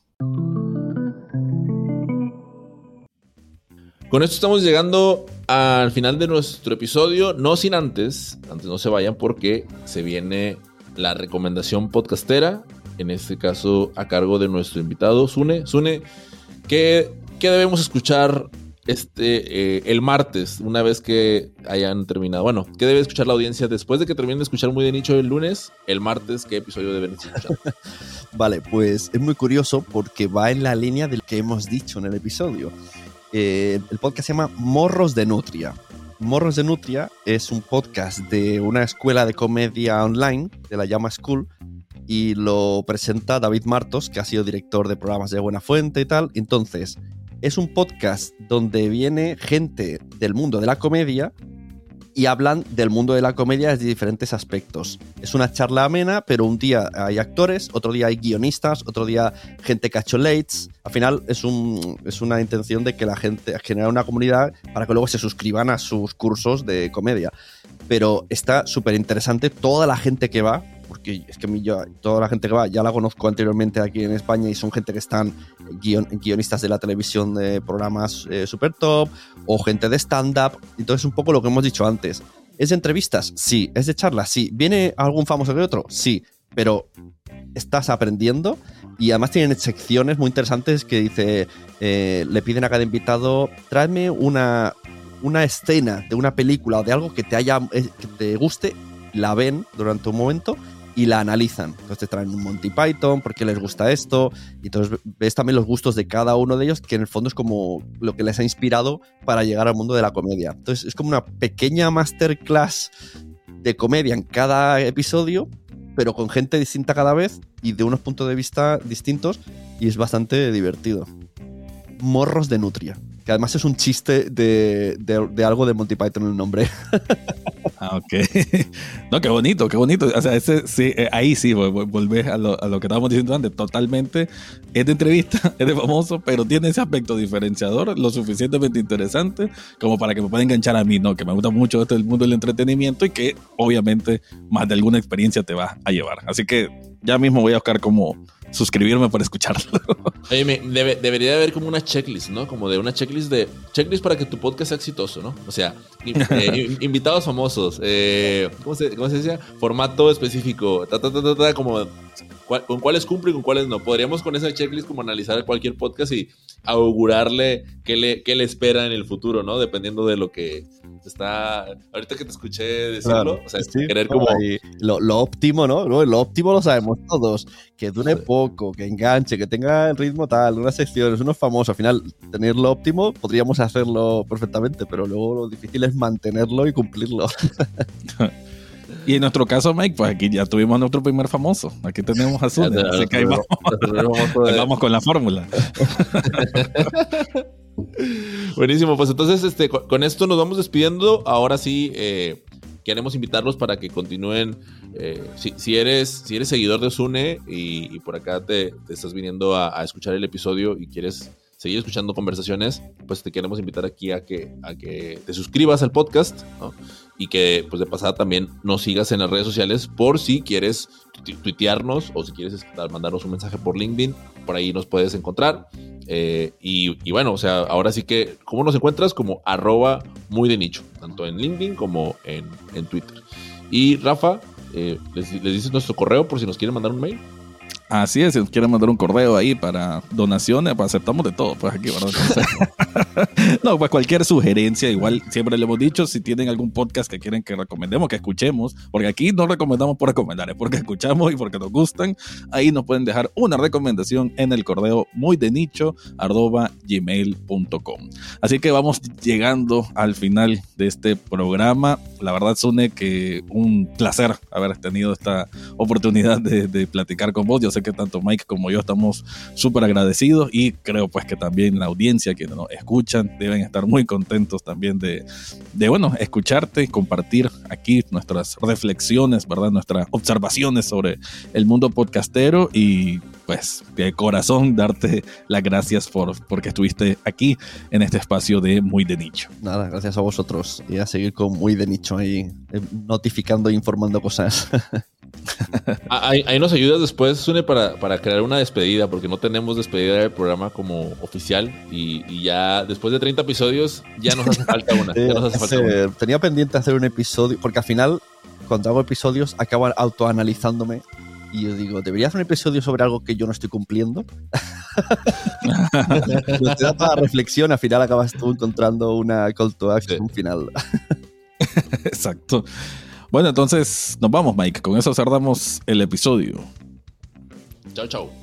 Con esto estamos llegando al final de nuestro episodio, no sin antes no se vayan, porque se viene la recomendación podcastera, en este caso a cargo de nuestro invitado Sune. Sune, ¿qué debemos escuchar el martes, una vez que hayan terminado? Bueno, ¿qué debe escuchar la audiencia después de que terminen de escuchar Muy de Nicho el lunes? El martes, ¿qué episodio deben escuchar? Vale, pues es muy curioso porque va en la línea del que hemos dicho en el episodio. El podcast se llama Morros de Nutria. Morros de Nutria es un podcast de una escuela de comedia online, de la Llama School, y lo presenta David Martos, que ha sido director de programas de Buenafuente y tal. Entonces, es un podcast donde viene gente del mundo de la comedia y hablan del mundo de la comedia desde diferentes aspectos. Es una charla amena, pero un día hay actores, otro día hay guionistas, otro día gente que ha hecho lates. Al final es una intención de que la gente genere una comunidad para que luego se suscriban a sus cursos de comedia. Pero está súper interesante toda la gente que va, porque es que toda la gente que va ya la conozco anteriormente aquí en España y son gente que están guionistas de la televisión de programas super top o gente de stand-up. Entonces, un poco lo que hemos dicho antes. ¿Es de entrevistas? Sí. ¿Es de charlas? Sí. ¿Viene algún famoso que otro? Sí. Pero estás aprendiendo y además tienen secciones muy interesantes que dice, le piden a cada invitado, tráeme una escena de una película o de algo que te guste, la ven durante un momento y la analizan. Entonces te traen un Monty Python, por qué les gusta esto, y entonces ves también los gustos de cada uno de ellos, que en el fondo es como lo que les ha inspirado para llegar al mundo de la comedia. Entonces es como una pequeña masterclass de comedia en cada episodio, pero con gente distinta cada vez y de unos puntos de vista distintos, y es bastante divertido. Morros de Nutria, que además es un chiste de algo de Monty Python el nombre. Ah, ok. No, qué bonito, qué bonito. O sea, ahí sí, volvés a lo que estábamos diciendo antes. Totalmente es de entrevista, es de famoso, pero tiene ese aspecto diferenciador lo suficientemente interesante como para que me pueda enganchar a mí, ¿no? Que me gusta mucho el mundo del entretenimiento y que obviamente más de alguna experiencia te va a llevar. Así que ya mismo voy a buscar cómo suscribirme para escucharlo. Oye, debería de haber como una checklist, ¿no? Como de una checklist para que tu podcast sea exitoso, ¿no? O sea, invitados famosos, ¿cómo se decía? Formato específico, como con cuáles cumple y con cuáles no. Podríamos con esa checklist como analizar cualquier podcast y augurarle qué le espera en el futuro, ¿no? Dependiendo de lo que está... Ahorita que te escuché decirlo, claro, o sea, sí, querer como... Lo óptimo, ¿no? Lo óptimo lo sabemos todos. Que dure poco, que enganche, que tenga el ritmo tal, unas secciones, unos famosos. Al final, tener lo óptimo podríamos hacerlo perfectamente, pero luego lo difícil es mantenerlo y cumplirlo. Y en nuestro caso, Mike, pues aquí ya tuvimos nuestro primer famoso. Aquí tenemos a Sune, así que ahí vamos con la fórmula. Buenísimo, pues entonces con esto nos vamos despidiendo. Ahora sí, queremos invitarlos para que continúen. Si eres seguidor de Sune y por acá te estás viniendo a escuchar el episodio y quieres seguir escuchando conversaciones, pues te queremos invitar aquí a que te suscribas al podcast, ¿no? Y que pues de pasada también nos sigas en las redes sociales por si quieres tuitearnos o si quieres mandarnos un mensaje por LinkedIn, por ahí nos puedes encontrar. Y bueno, o sea, ahora sí que, ¿cómo nos encuentras? Como @muydenicho, tanto en LinkedIn como en Twitter. Y Rafa, les dices nuestro correo por si nos quieren mandar un mail. Así es, si nos quieren mandar un correo ahí para donaciones, pues aceptamos de todo, pues aquí, ¿verdad? No, pues cualquier sugerencia, igual siempre le hemos dicho, si tienen algún podcast que quieren que recomendemos, que escuchemos, porque aquí no recomendamos por recomendar, es porque escuchamos y porque nos gustan, ahí nos pueden dejar una recomendación en el correo muydenicho@gmail.com. Así que vamos llegando al final de este programa. La verdad, Sune, que un placer haber tenido esta oportunidad de platicar con vos. Yo sé que tanto Mike como yo estamos súper agradecidos y creo pues que también la audiencia que nos escuchan deben estar muy contentos también de bueno, escucharte, compartir aquí nuestras reflexiones, ¿verdad? Nuestras observaciones sobre el mundo podcastero y pues de corazón darte las gracias porque estuviste aquí en este espacio de Muy de Nicho. Nada, gracias a vosotros y a seguir con Muy de Nicho ahí notificando e informando cosas. Ahí nos ayudas después, Sune, para crear una despedida, porque no tenemos despedida del programa como oficial y ya después de 30 episodios ya nos hace falta una. Tenía pendiente hacer un episodio, porque al final cuando hago episodios acabo autoanalizándome y yo digo, ¿debería hacer un episodio sobre algo que yo no estoy cumpliendo? Te da toda la reflexión, al final acabas tú encontrando una call to action final. Exacto. Bueno, entonces nos vamos, Mike. Con eso cerramos el episodio. Chao, chao.